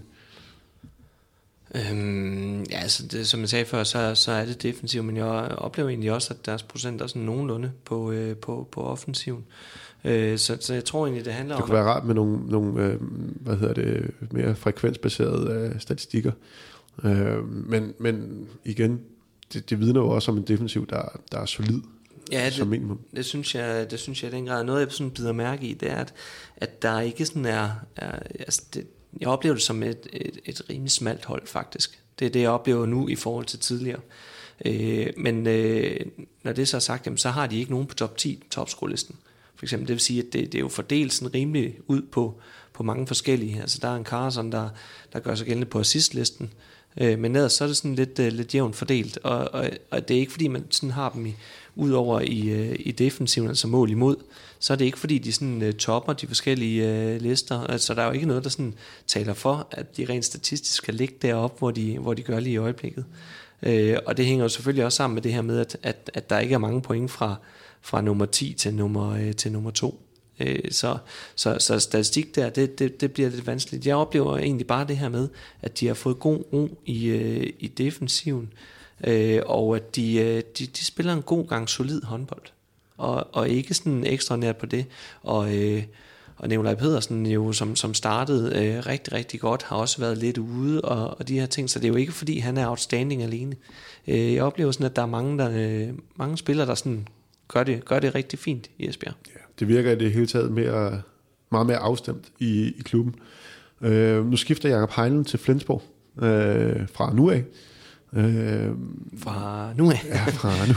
Øhm, ja, altså det, som jeg sagde før, så, så er det defensivt, men jeg oplever egentlig også, at deres procent er sådan nogenlunde på, øh, på, på offensiven. Øh, så, så jeg tror egentlig, det handler det om... Det kunne være rart med nogle, nogle øh, hvad hedder det, mere frekvensbaserede øh, statistikker. Øh, men, men igen, det, det vidner jo også om en defensiv, der, der er solid. Ja, det, som minimum. det synes jeg, det synes jeg i den grad. Noget jeg sådan bider mærke i, det er, at, at der ikke sådan er... er altså det, jeg oplever det som et, et, et rimelig smalt hold, faktisk. Det er det, jeg oplever nu i forhold til tidligere. Øh, men øh, når det så er sagt, jamen, så har de ikke nogen på top ti topscorelisten. For eksempel, det vil sige, at det, det er jo fordelt sådan rimelig ud på, på mange forskellige. Altså der er en Carson, der, der gør sig gældende på assistlisten, øh, men ellers så er det sådan lidt, øh, lidt jævnt fordelt, og, og, og det er ikke fordi, man sådan har dem i, ud over i, øh, i defensiven, altså mål imod, så er det ikke fordi, de sådan øh, topper de forskellige øh, lister. Altså der er jo ikke noget, der sådan taler for, at de rent statistisk kan ligge deroppe, hvor de, hvor de gør lige i øjeblikket. Øh, og det hænger jo selvfølgelig også sammen med det her med, at, at, at der ikke er mange point fra, fra nummer ti til nummer, øh, til nummer to. Øh, så, så, så statistik der, det, det, det bliver lidt vanskeligt. Jeg oplever egentlig bare det her med, at de har fået god ro i, øh, i defensiven, øh, og at de, øh, de, de spiller en god gang solid håndbold, og, og ikke sådan ekstraordinært på det. Og, øh, og Nikolaj Pedersen, jo, som, som startede øh, rigtig, rigtig godt, har også været lidt ude, og, og de her ting, så det er jo ikke fordi, han er outstanding alene. Øh, jeg oplever sådan, at der er mange, der, øh, mange spillere, der sådan gør det, gør det rigtig fint i Esbjerg. Ja, det virker i det hele taget mere, meget mere afstemt i, i klubben. Øh, nu skifter Jakob Heinlen til Flensborg øh, fra nu af. Øh, fra nu af? ja, fra nu.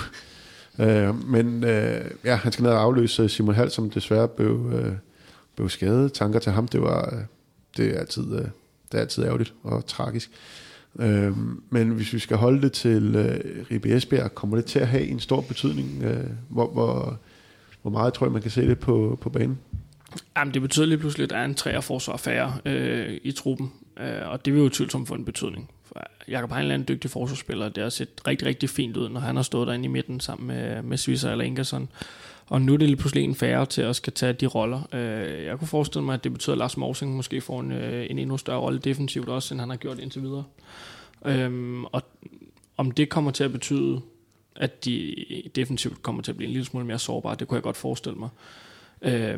Øh, men øh, ja, han skal ned og afløse Simon Hall, som desværre blev, øh, blev skadet. Tanker til ham, det var det er altid, øh, det er altid ærgerligt og tragisk. Øh, men hvis vi skal holde det til øh, Ribe Esbjerg, kommer det til at have en stor betydning? Øh, hvor, hvor, hvor meget tror jeg, man kan se det på, på banen? Jamen, det betyder lige pludselig, at der er en træerforsvar færre øh, i truppen, øh, og det vil jo tvivlsomt få en betydning. Jakob Heinle er en dygtig forsvarsspiller, det har set rigtig, rigtig fint ud, når han har stået derinde i midten sammen med, med Swisser eller Ingersson. Og nu er det lige pludselig en færre til at skal tage de roller. Øh, jeg kunne forestille mig, at det betyder, at Lars Morsing måske får en, en endnu større rolle defensivt også, end han har gjort indtil videre. Øh, og om det kommer til at betyde, at de defensivt kommer til at blive en lille smule mere sårbare, det kunne jeg godt forestille mig. Øh,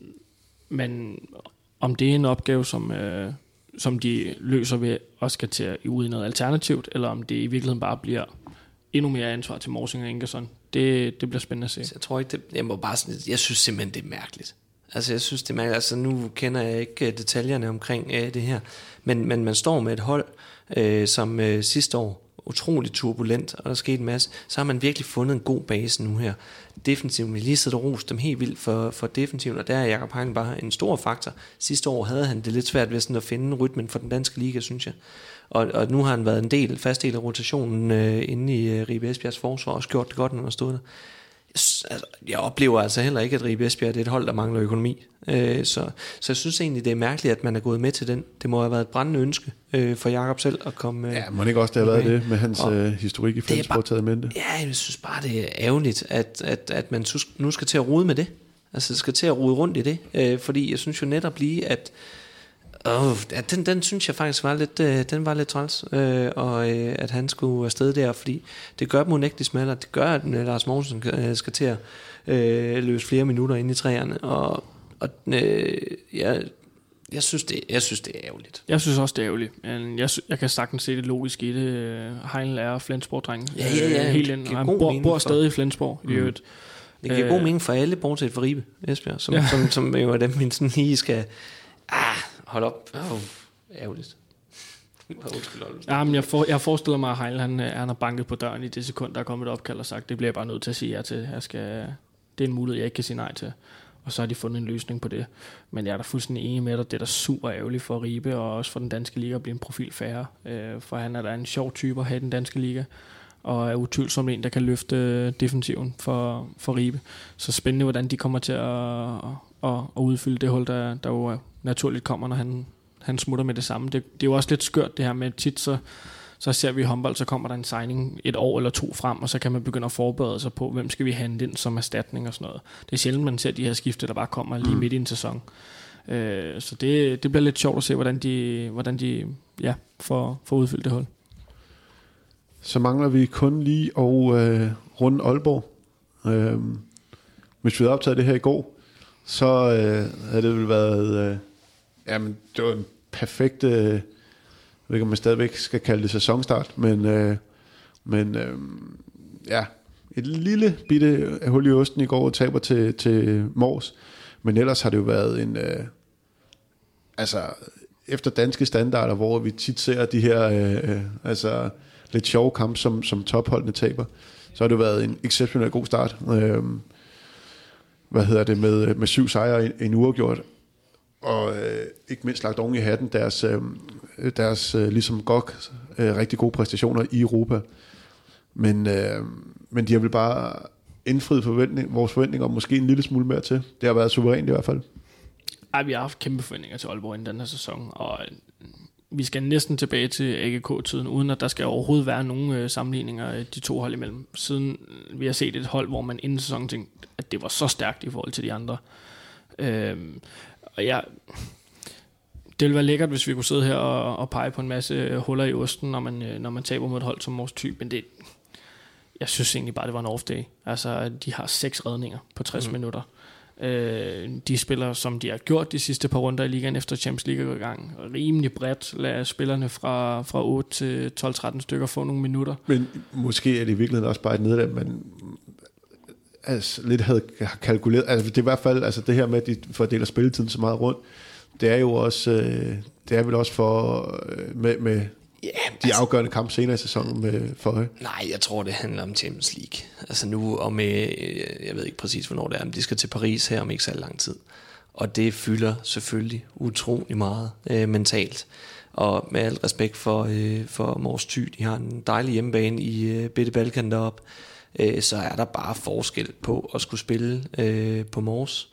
men om det er en opgave, som... Øh, som de løser ved at skal til at ud i noget alternativt, eller om det i virkeligheden bare bliver endnu mere ansvar til Morsing og Ingersson. Det, det bliver spændende at se. Jeg tror ikke, det, jeg må bare sådan, jeg synes simpelthen, det er mærkeligt. Altså, jeg synes, det er mærkeligt. Altså, nu kender jeg ikke detaljerne omkring uh, det her, men, men man står med et hold, uh, som uh, sidste år, utroligt turbulent, og der skete en masse, så har man virkelig fundet en god base nu her. Defensiven, vi lige sidder og rost dem helt vildt for, for defensiven, og der er Jakob Heinle bare en stor faktor. Sidste år havde han det lidt svært ved sådan at finde rytmen for den danske liga, synes jeg. Og, og nu har han været en del, fast del af rotationen øh, inde i øh, Ribe Esbjergs forsvar, og også gjort det godt, når han har stået der. Altså, jeg oplever altså heller ikke, at Ribe Esbjerg det er et hold, der mangler økonomi. Øh, så, så jeg synes egentlig, det er mærkeligt, at man er gået med til den. Det må have været et brændende ønske øh, for Jakob selv at komme. Øh, ja, må ikke også det have været det med hans øh, historik i Flensborg taget mente? Ja, jeg synes bare, det er ærgerligt, at, at, at man nu skal til at rode med det. Altså skal til at rode rundt i det. Øh, fordi jeg synes jo netop lige, at Oh, den, den synes jeg faktisk var lidt, øh, den var lidt træls, øh, og øh, at han skulle afsted der, fordi det gør dem unægteligt smallere. Det gør, at øh, Lars Mogensen øh, skal til at øh, løse flere minutter inde i træerne, og, og øh, jeg, jeg, synes det, jeg synes, det er ærgerligt. Jeg synes også, det er ærgerligt. Men jeg, jeg kan sagtens se det logisk i det. Heinle er Flensborg-dreng. Ja, ja, ja. Helt ind, og han bor, bor stadig i Flensborg. Mm. I øvrigt. Det giver øh, god mening for alle, bortset for Ribe Esbjerg, som, ja. som, som jo er dem, vi sådan lige skal... Ah, hold op. Oh, ærgerligt. Ja, men jeg, for, jeg forestiller mig, at Heinle han, han har banket på døren i det sekund, der er kommet et opkald og sagt, det bliver jeg bare nødt til at sige ja til. Jeg skal, det er en mulighed, jeg ikke kan sige nej til. Og så har de fundet en løsning på det. Men jeg er da fuldstændig enig med dig. Det er da super ærgerligt for Ribe, og også for den danske liga at blive en profil færre. Øh, for han er da en sjov type at have den danske liga, og er utvivlsomt en, der kan løfte defensiven for, for Ribe. Så spændende, hvordan de kommer til at, at, at udfylde det hul, der, der jo naturligt kommer, når han, han smutter med det samme. Det, det er jo også lidt skørt det her med tit, så, så ser vi i håndbold, så kommer der en signing et år eller to frem, og så kan man begynde at forberede sig på, hvem skal vi hente ind som erstatning og sådan noget. Det er sjældent, man ser de her skifte, der bare kommer lige midt i en sæson. Øh, så det, det bliver lidt sjovt at se, hvordan de, hvordan de ja, får, får udfyldt det hul. Så mangler vi kun lige at øh, runde Aalborg. Øh, hvis vi havde optaget det her i går, så øh, havde det vel været... Øh, jamen, det var en perfekt... Øh, jeg ved ikke, om man stadigvæk skal kalde det sæsonstart, men, øh, men øh, ja, et lille bitte hul i osten i går, taber til, til Mors. Men ellers har det jo været en... Øh, altså, efter danske standarder, hvor vi tit ser de her... Øh, altså... lidt sjove kampe, som, som topholdene taber, så har det været en exceptionelt god start. Øh, hvad hedder det, med, med syv sejre, en, en uafgjort, og øh, ikke mindst lagt oven i hatten deres, øh, deres øh, ligesom G O G, øh, rigtig gode præstationer i Europa. Men, øh, men de har vel bare indfriet forventning, vores forventninger, og måske en lille smule mere til. Det har været suverænt i hvert fald. Ej, vi har haft kæmpe forventninger til Aalborg inden den her sæson, og vi skal næsten tilbage til A G K-tiden, uden at der skal overhovedet være nogen øh, sammenligninger de to hold imellem. Siden vi har set et hold, hvor man inden sæsonen tænkte, at det var så stærkt i forhold til de andre. Øh, og jeg... Det ville være lækkert, hvis vi kunne sidde her og, og pege på en masse huller i osten, når man, når man taber mod et hold som Mors Thy, men det, jeg synes egentlig bare, det var en off-day. Altså, de har seks redninger på tres mm. minutter. Øh, de spiller, som de har gjort de sidste par runder i ligaen efter Champions League er i gang. Rimelig bredt lader spillerne fra, fra otte til tolv tretten stykker få nogle minutter. Men måske er det i virkeligheden også bare et nederlag, man altså, lidt havde kalkuleret. Altså, det er i hvert fald altså, det her med, at de fordeler spilletiden så meget rundt. Det er jo også, øh, det er vel også for øh, med, med ja, de altså, afgørende kampe senere i sæsonen med Føje. Nej, jeg tror, det handler om Champions League. Altså nu, og med, jeg ved ikke præcis, hvornår det er, men de skal til Paris her om ikke så lang tid. Og det fylder selvfølgelig utrolig meget øh, mentalt. Og med al respekt for, øh, for Mors Thy, de har en dejlig hjemmebane i øh, Bitte Balkan deroppe, øh, så er der bare forskel på at skulle spille øh, på Mors.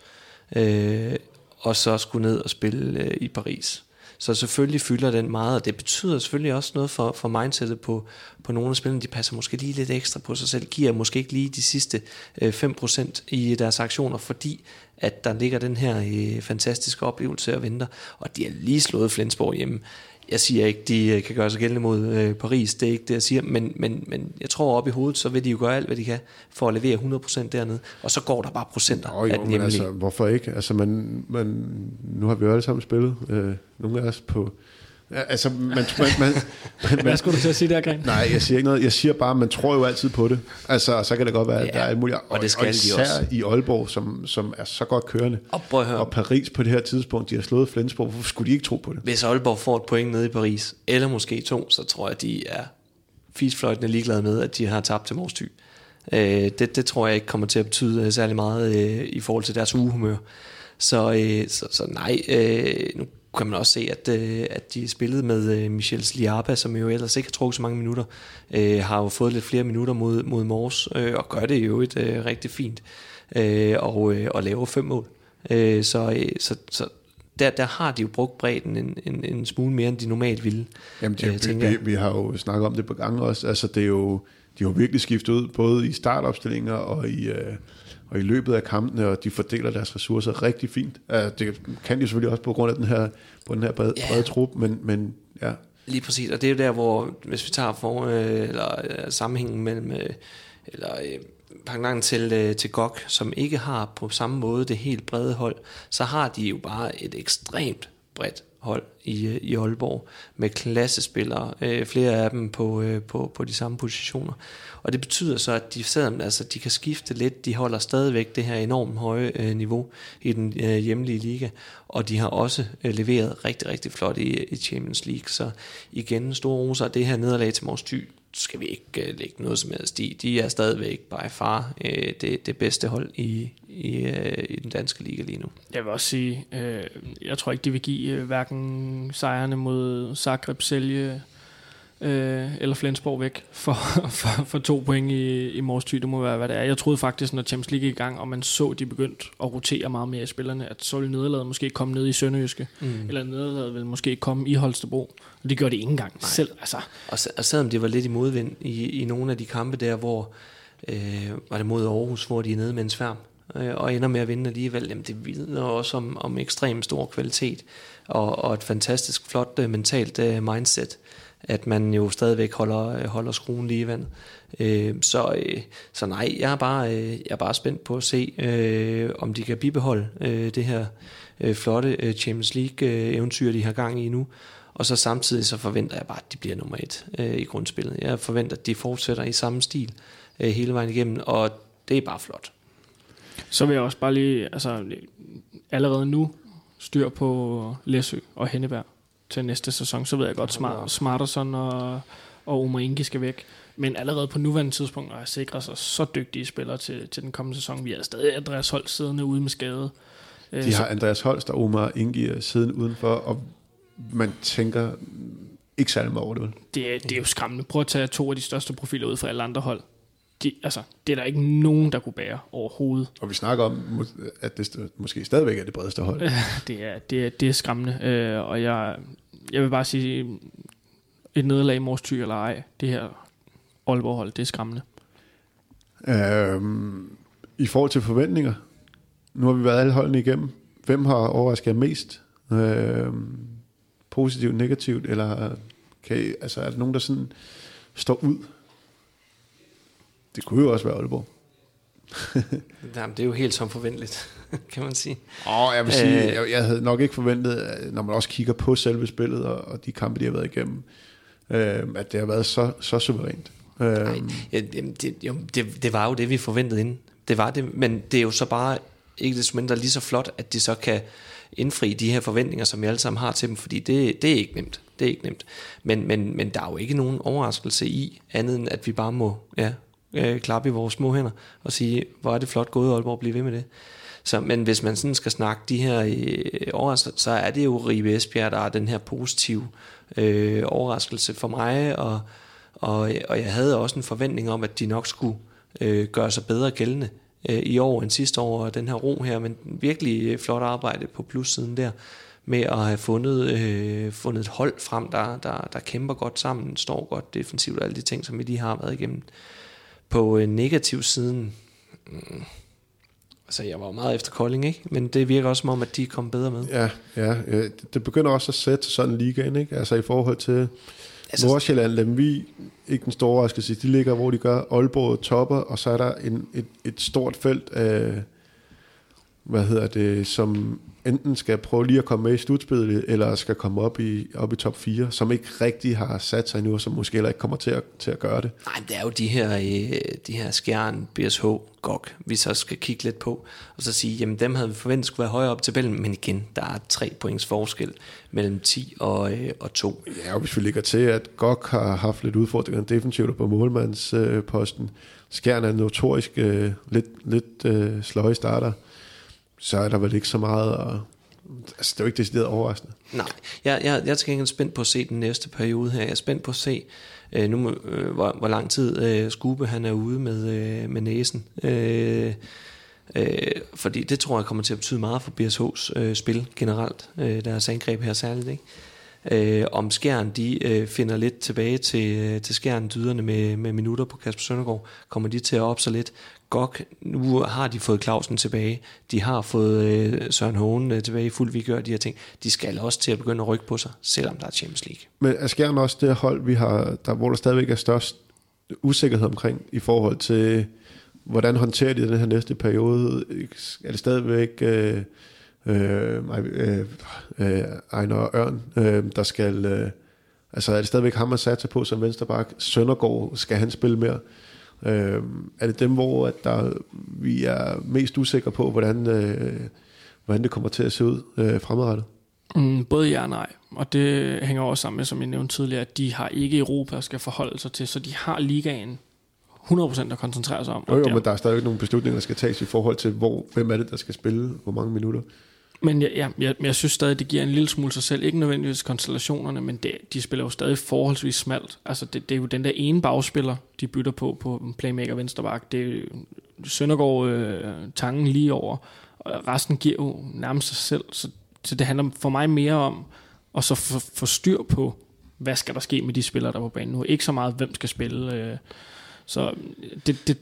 Øh, og så skulle ned og spille øh, i Paris. Så selvfølgelig fylder den meget, og det betyder selvfølgelig også noget for, for mindsetet på, på nogle af spillerne. De passer måske lige lidt ekstra på sig selv, giver måske ikke lige de sidste øh, fem procent i deres aktioner, fordi at der ligger den her øh, fantastiske oplevelse og venter, og de har lige slået Flensborg hjemme. Jeg siger ikke, de kan gøre sig gældende mod øh, Paris, det er ikke det, jeg siger, men, men, men jeg tror op i hovedet, så vil de jo gøre alt, hvad de kan, for at levere hundrede procent dernede, og så går der bare procenter Nå, jo, af den hjemlige. Altså, hvorfor ikke? Altså, man, man, nu har vi jo alle sammen spillet, øh, nogle af os på... Altså, man, man, man, man, Hvad skulle du til at sige der, Gren? Nej, jeg siger ikke noget. Jeg siger bare, man tror jo altid på det. Altså, så kan det godt være, at ja, der er alt muligt. Og, og det skal og især de også. I Aalborg, som, som er så godt kørende. Og, og Paris på det her tidspunkt, de har slået Flensborg. Hvorfor skulle de ikke tro på det? Hvis Aalborg får et point nede i Paris, eller måske to, så tror jeg, de er fisfløjtende ligeglade med, at de har tabt til Mors Thy. Øh, det, det tror jeg ikke kommer til at betyde særlig meget øh, i forhold til deres ugehumør. Så, øh, så, så nej, øh, nu kan man også se, at, øh, at de spillede med øh, Michel Sliarba, som jo ellers ikke har trukket så mange minutter, øh, har jo fået lidt flere minutter mod, mod Mors, øh, og gør det jo et øh, rigtig fint, øh, og, øh, og laver fem mål. Øh, så, øh, så, så der, der har de jo brugt bredden en, en, en smule mere, end de normalt ville. Jamen, de, øh, vi, vi, vi har jo snakket om det på gange også. Altså, det er jo, de har jo virkelig skiftet ud, både i startopstillinger og i... Øh, og i løbet af kampene, og de fordeler deres ressourcer rigtig fint. Uh, det kan de selvfølgelig også på grund af den her, på den her brede, yeah. brede trup, men, men ja. Lige præcis, og det er jo der, hvor, hvis vi tager for, øh, eller, øh, sammenhængen mellem, øh, eller øh, pangdangen til, øh, til G O G, som ikke har på samme måde det helt brede hold, så har de jo bare et ekstremt bredt hold i, i Aalborg, med klassespillere, øh, flere af dem på, øh, på, på de samme positioner. Og det betyder så, at de, selvom, altså, de kan skifte lidt, de holder stadigvæk det her enormt høje øh, niveau i den øh, hjemlige liga, og de har også øh, leveret rigtig, rigtig flot i, i Champions League. Så igen, store roser, det her nederlag til Mors Thy skal vi ikke øh, lægge noget som helst i. De er stadigvæk by far øh, det, det bedste hold i, i, øh, i den danske liga lige nu. Jeg vil også sige, øh, jeg tror ikke, de vil give øh, hverken sejrene mod Zagreb, Celje øh, eller Flensborg væk for, for, for to point i, i Mors Thy. Det må være, hvad det er. Jeg troede faktisk, når Champions League er i gang, og man så, de begyndt at rotere meget mere i spillerne, at så ville nederlaget måske komme ned i Sønderjyske, mm. eller nederlaget ville måske komme i Holstebro. Og det gjorde det ikke engang Nej. selv. Altså. Og, og selvom det var lidt i modvind i, i nogle af de kampe der, hvor øh, var det mod Aarhus, hvor de er nede med en sværm, øh, og ender med at vinde alligevel, jamen det vidner også om, om ekstremt stor kvalitet, og, og et fantastisk flot uh, mentalt uh, mindset, at man jo stadigvæk holder, holder skruen lige i vandet. Øh, så, øh, så nej, jeg er, bare, øh, jeg er bare spændt på at se, øh, om de kan bibeholde øh, det her øh, flotte øh, Champions League-eventyr, øh, de har gang i nu. Og så samtidig så forventer jeg bare, at de bliver nummer et øh, i grundspillet. Jeg forventer, at de fortsætter i samme stil øh, hele vejen igennem, og det er bare flot. Så vil jeg også bare lige, altså allerede nu, styr på Læsø og Henneberg til næste sæson, så ved jeg godt, Smart, Smarterson og, og Omar Ingi skal væk. Men allerede på nuværende tidspunkt har sikret sig så dygtige spillere til, til den kommende sæson. Vi har stadig Andreas Holst siddende ude med skade. De har Andreas Holst og Omar Ingi siden udenfor, og man tænker ikke særlig meget over det. Det er, det er jo skræmmende. Prøv at tage to af de største profiler ud fra alle andre hold. De, altså, det er der ikke nogen, der kunne bære overhovedet. Og vi snakker om, at det måske stadigvæk er det bredeste hold. Det er, det er, det er skræmmende, øh, og jeg, jeg vil bare sige, et nederlag i Mors Thy eller ej, det her Aalborg-hold, det er skræmmende. Øhm, I forhold til forventninger, nu har vi været alle holdene igennem. Hvem har overrasket jer mest? Øhm, positivt, negativt, eller kan I, altså, er der nogen, der sådan står ud? Det kunne jo også være Aalborg. Jamen, det er jo helt som forventeligt, kan man sige. Åh, oh, jeg vil sige, øh, jeg, jeg havde nok ikke forventet, når man også kigger på selve spillet og, og de kampe, de har været igennem, øh, at det har været så, så suverænt. Nej, ja, det, jo, det, det var jo det, vi forventede inden. Det var det, men det er jo så bare ikke desto mindre lige så flot, at de så kan indfri de her forventninger, som vi alle sammen har til dem, fordi det, det er ikke nemt. Det er ikke nemt. Men, men, men der er jo ikke nogen overraskelse i, andet end at vi bare må ja, øh, klappe i vores små hænder og sige, hvor er det flot gået, Aalborg, blive ved med det. Så, men hvis man sådan skal snakke de her øh, overraskelser, så er det jo Ribe Esbjerg, der er den her positive øh, overraskelse for mig, og, og, og jeg havde også en forventning om, at de nok skulle øh, gøre sig bedre gældende øh, i år end sidste år, og den her ro her, men virkelig flot arbejde på plussiden der, med at have fundet, øh, fundet et hold frem, der, der, der kæmper godt sammen, står godt defensivt, og alle de ting, som vi lige har været igennem. På øh, negativ siden, mm, altså jeg var meget efter Kolding, ikke? Men det virker også som om, at de er kommet bedre med. Ja, ja, det begynder også at sætte sådan en ligaen, ikke? Altså i forhold til altså, Nordsjælland, Lemvig, ikke den store overraskelse, de ligger, hvor de gør, Aalborg topper, og så er der en, et, et stort felt af, hvad hedder det, som enten skal prøve lige at komme med i slutspillet, eller skal komme op i, op i top fire, som ikke rigtig har sat sig endnu, og som måske heller ikke kommer til at, til at gøre det. Nej, det er jo de her, de her Skjern, B S H, G O K, vi så skal kigge lidt på, og så sige, jamen dem havde vi forventet skulle være højere op til tabellen, men igen, der er tre points forskel mellem ti og, og to. Ja, og hvis vi ligger til, at G O K har haft lidt udfordringer defensivt på målmandsposten, øh, Skjern er notorisk øh, lidt, lidt øh, sløje starter, så er der vel ikke så meget at, altså det er jo ikke decideret overraskende. Nej, jeg, jeg, jeg er til gengæld spændt på at se den næste periode her. Jeg er spændt på at se øh, nu, øh, hvor, hvor lang tid øh, Skube han er ude med, øh, med næsen. Øh, øh, fordi det tror jeg kommer til at betyde meget for B S H's øh, spil generelt. Øh, deres angreb her særligt, ikke? Øh, om Skjern de øh, finder lidt tilbage til, til Skjern-dyderne med, med minutter på Kasper Søndergaard, kommer de til at op så lidt. G O K, nu har de fået Clausen tilbage, de har fået øh, Søren Hågen øh, tilbage i fuld vigør, de her ting, de skal også til at begynde at rykke på sig, selvom der er Champions League. Men er Skjern også det hold, vi har, der, hvor der stadigvæk er størst usikkerhed omkring, i forhold til, hvordan håndterer de den her næste periode? Er det stadigvæk øh, øh, øh, øh, Ejner Ørn, øh, der skal, øh, altså er det stadigvæk ham, man satser på som venstreback? Søndergaard, skal han spille mere? Øh, er det dem, hvor at der, vi er mest usikre på, hvordan, øh, hvordan det kommer til at se ud øh, fremadrettet? Mm, både ja og nej, og det hænger også sammen med, som jeg nævnte tidligere, at de har ikke Europa at skal forholde sig til, så de har ligaen hundrede procent at koncentrere sig om. Jo, jo, der, men der er stadig nogle beslutninger, der skal tages i forhold til, hvor, hvem er det, der skal spille, hvor mange minutter. Men jeg, jeg, jeg, jeg synes stadig, det giver en lille smule sig selv. Ikke nødvendigvis konstellationerne, men det, de spiller jo stadig forholdsvis smalt. Altså det, det er jo den der ene bagspiller, de bytter på på playmaker venstreback. Det er Søndergaard øh, tangen lige over. Og resten giver jo nærmest sig selv. Så, så det handler for mig mere om at så få, få styr på, hvad skal der ske med de spillere, der er på banen nu. Ikke så meget, hvem skal spille. Øh, så det, det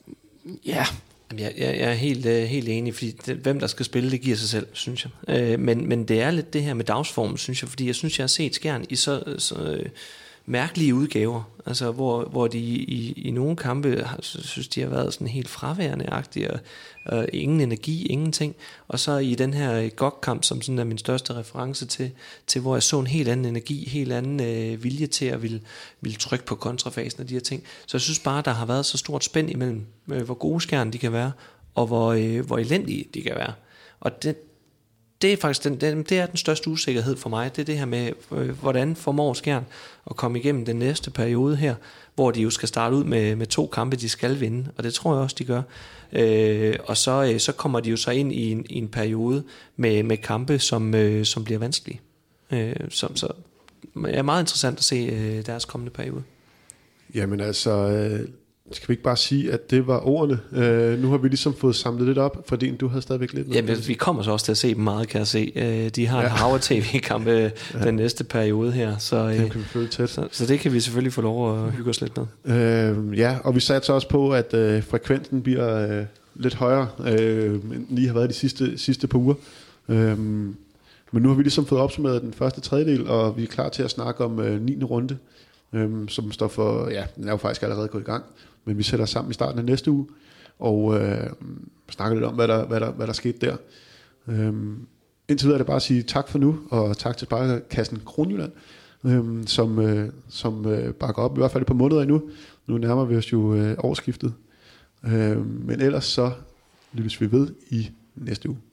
ja... Jeg, jeg, jeg er helt, øh, helt enig, fordi det, hvem der skal spille, det giver sig selv, synes jeg. Øh, men, men det er lidt det her med dagsformen, synes jeg, fordi jeg synes, jeg har set Skjern i så, så øh, mærkelige udgaver, altså hvor, hvor de i, i nogle kampe, har, synes de har været sådan helt fraværende-agtige, og, og ingen energi, ingenting. Og så i den her G O K-kamp, som sådan er min største reference til, til hvor jeg så en helt anden energi, helt anden øh, vilje til at ville, ville trykke på kontrafasen og de her ting. Så jeg synes bare, der har været så stort spænd imellem, øh, hvor gode Skjern de kan være, og hvor, øh, hvor elendige de kan være. Og det, det er faktisk den, den, det er den største usikkerhed for mig. Det er det her med, øh, hvordan formår Skjern at komme igennem den næste periode her, hvor de jo skal starte ud med, med to kampe, de skal vinde, og det tror jeg også, de gør. Øh, og så, øh, så kommer de jo så ind i en, i en periode med, med kampe, som, øh, som bliver vanskelige. Øh, som, så det er meget interessant at se øh, deres kommende periode. Jamen altså, øh, skal vi ikke bare sige, at det var ordene? Øh, nu har vi ligesom fået samlet lidt op, fordi du havde stadigvæk lidt... Ja, vi kommer så også til at se dem meget, kan jeg se. Øh, de har ja. en hav tv-kamp øh, ja. den næste periode her, så, øh, kan vi følge tæt. Så, så det kan vi selvfølgelig få lov at hygge os lidt med. Øh, ja, og vi satte så også på, at øh, frekvensen bliver øh, lidt højere, øh, end lige har været de sidste, sidste par uger. Øh, men nu har vi ligesom fået opsummeret den første tredjedel, og vi er klar til at snakke om øh, niende runde, øh, som står for, ja, den er jo faktisk allerede gået i gang, men vi sætter sammen i starten af næste uge, og øh, snakker lidt om, hvad der, hvad der, hvad der skete der. Øh, indtil videre er det bare at sige tak for nu, og tak til Sparekassen Kronjylland, øh, som, øh, som øh, bakker op, i hvert fald på måneder endnu. Nu nærmer vi os jo øh, årsskiftet. Øh, men ellers så lyttes vi ved i næste uge.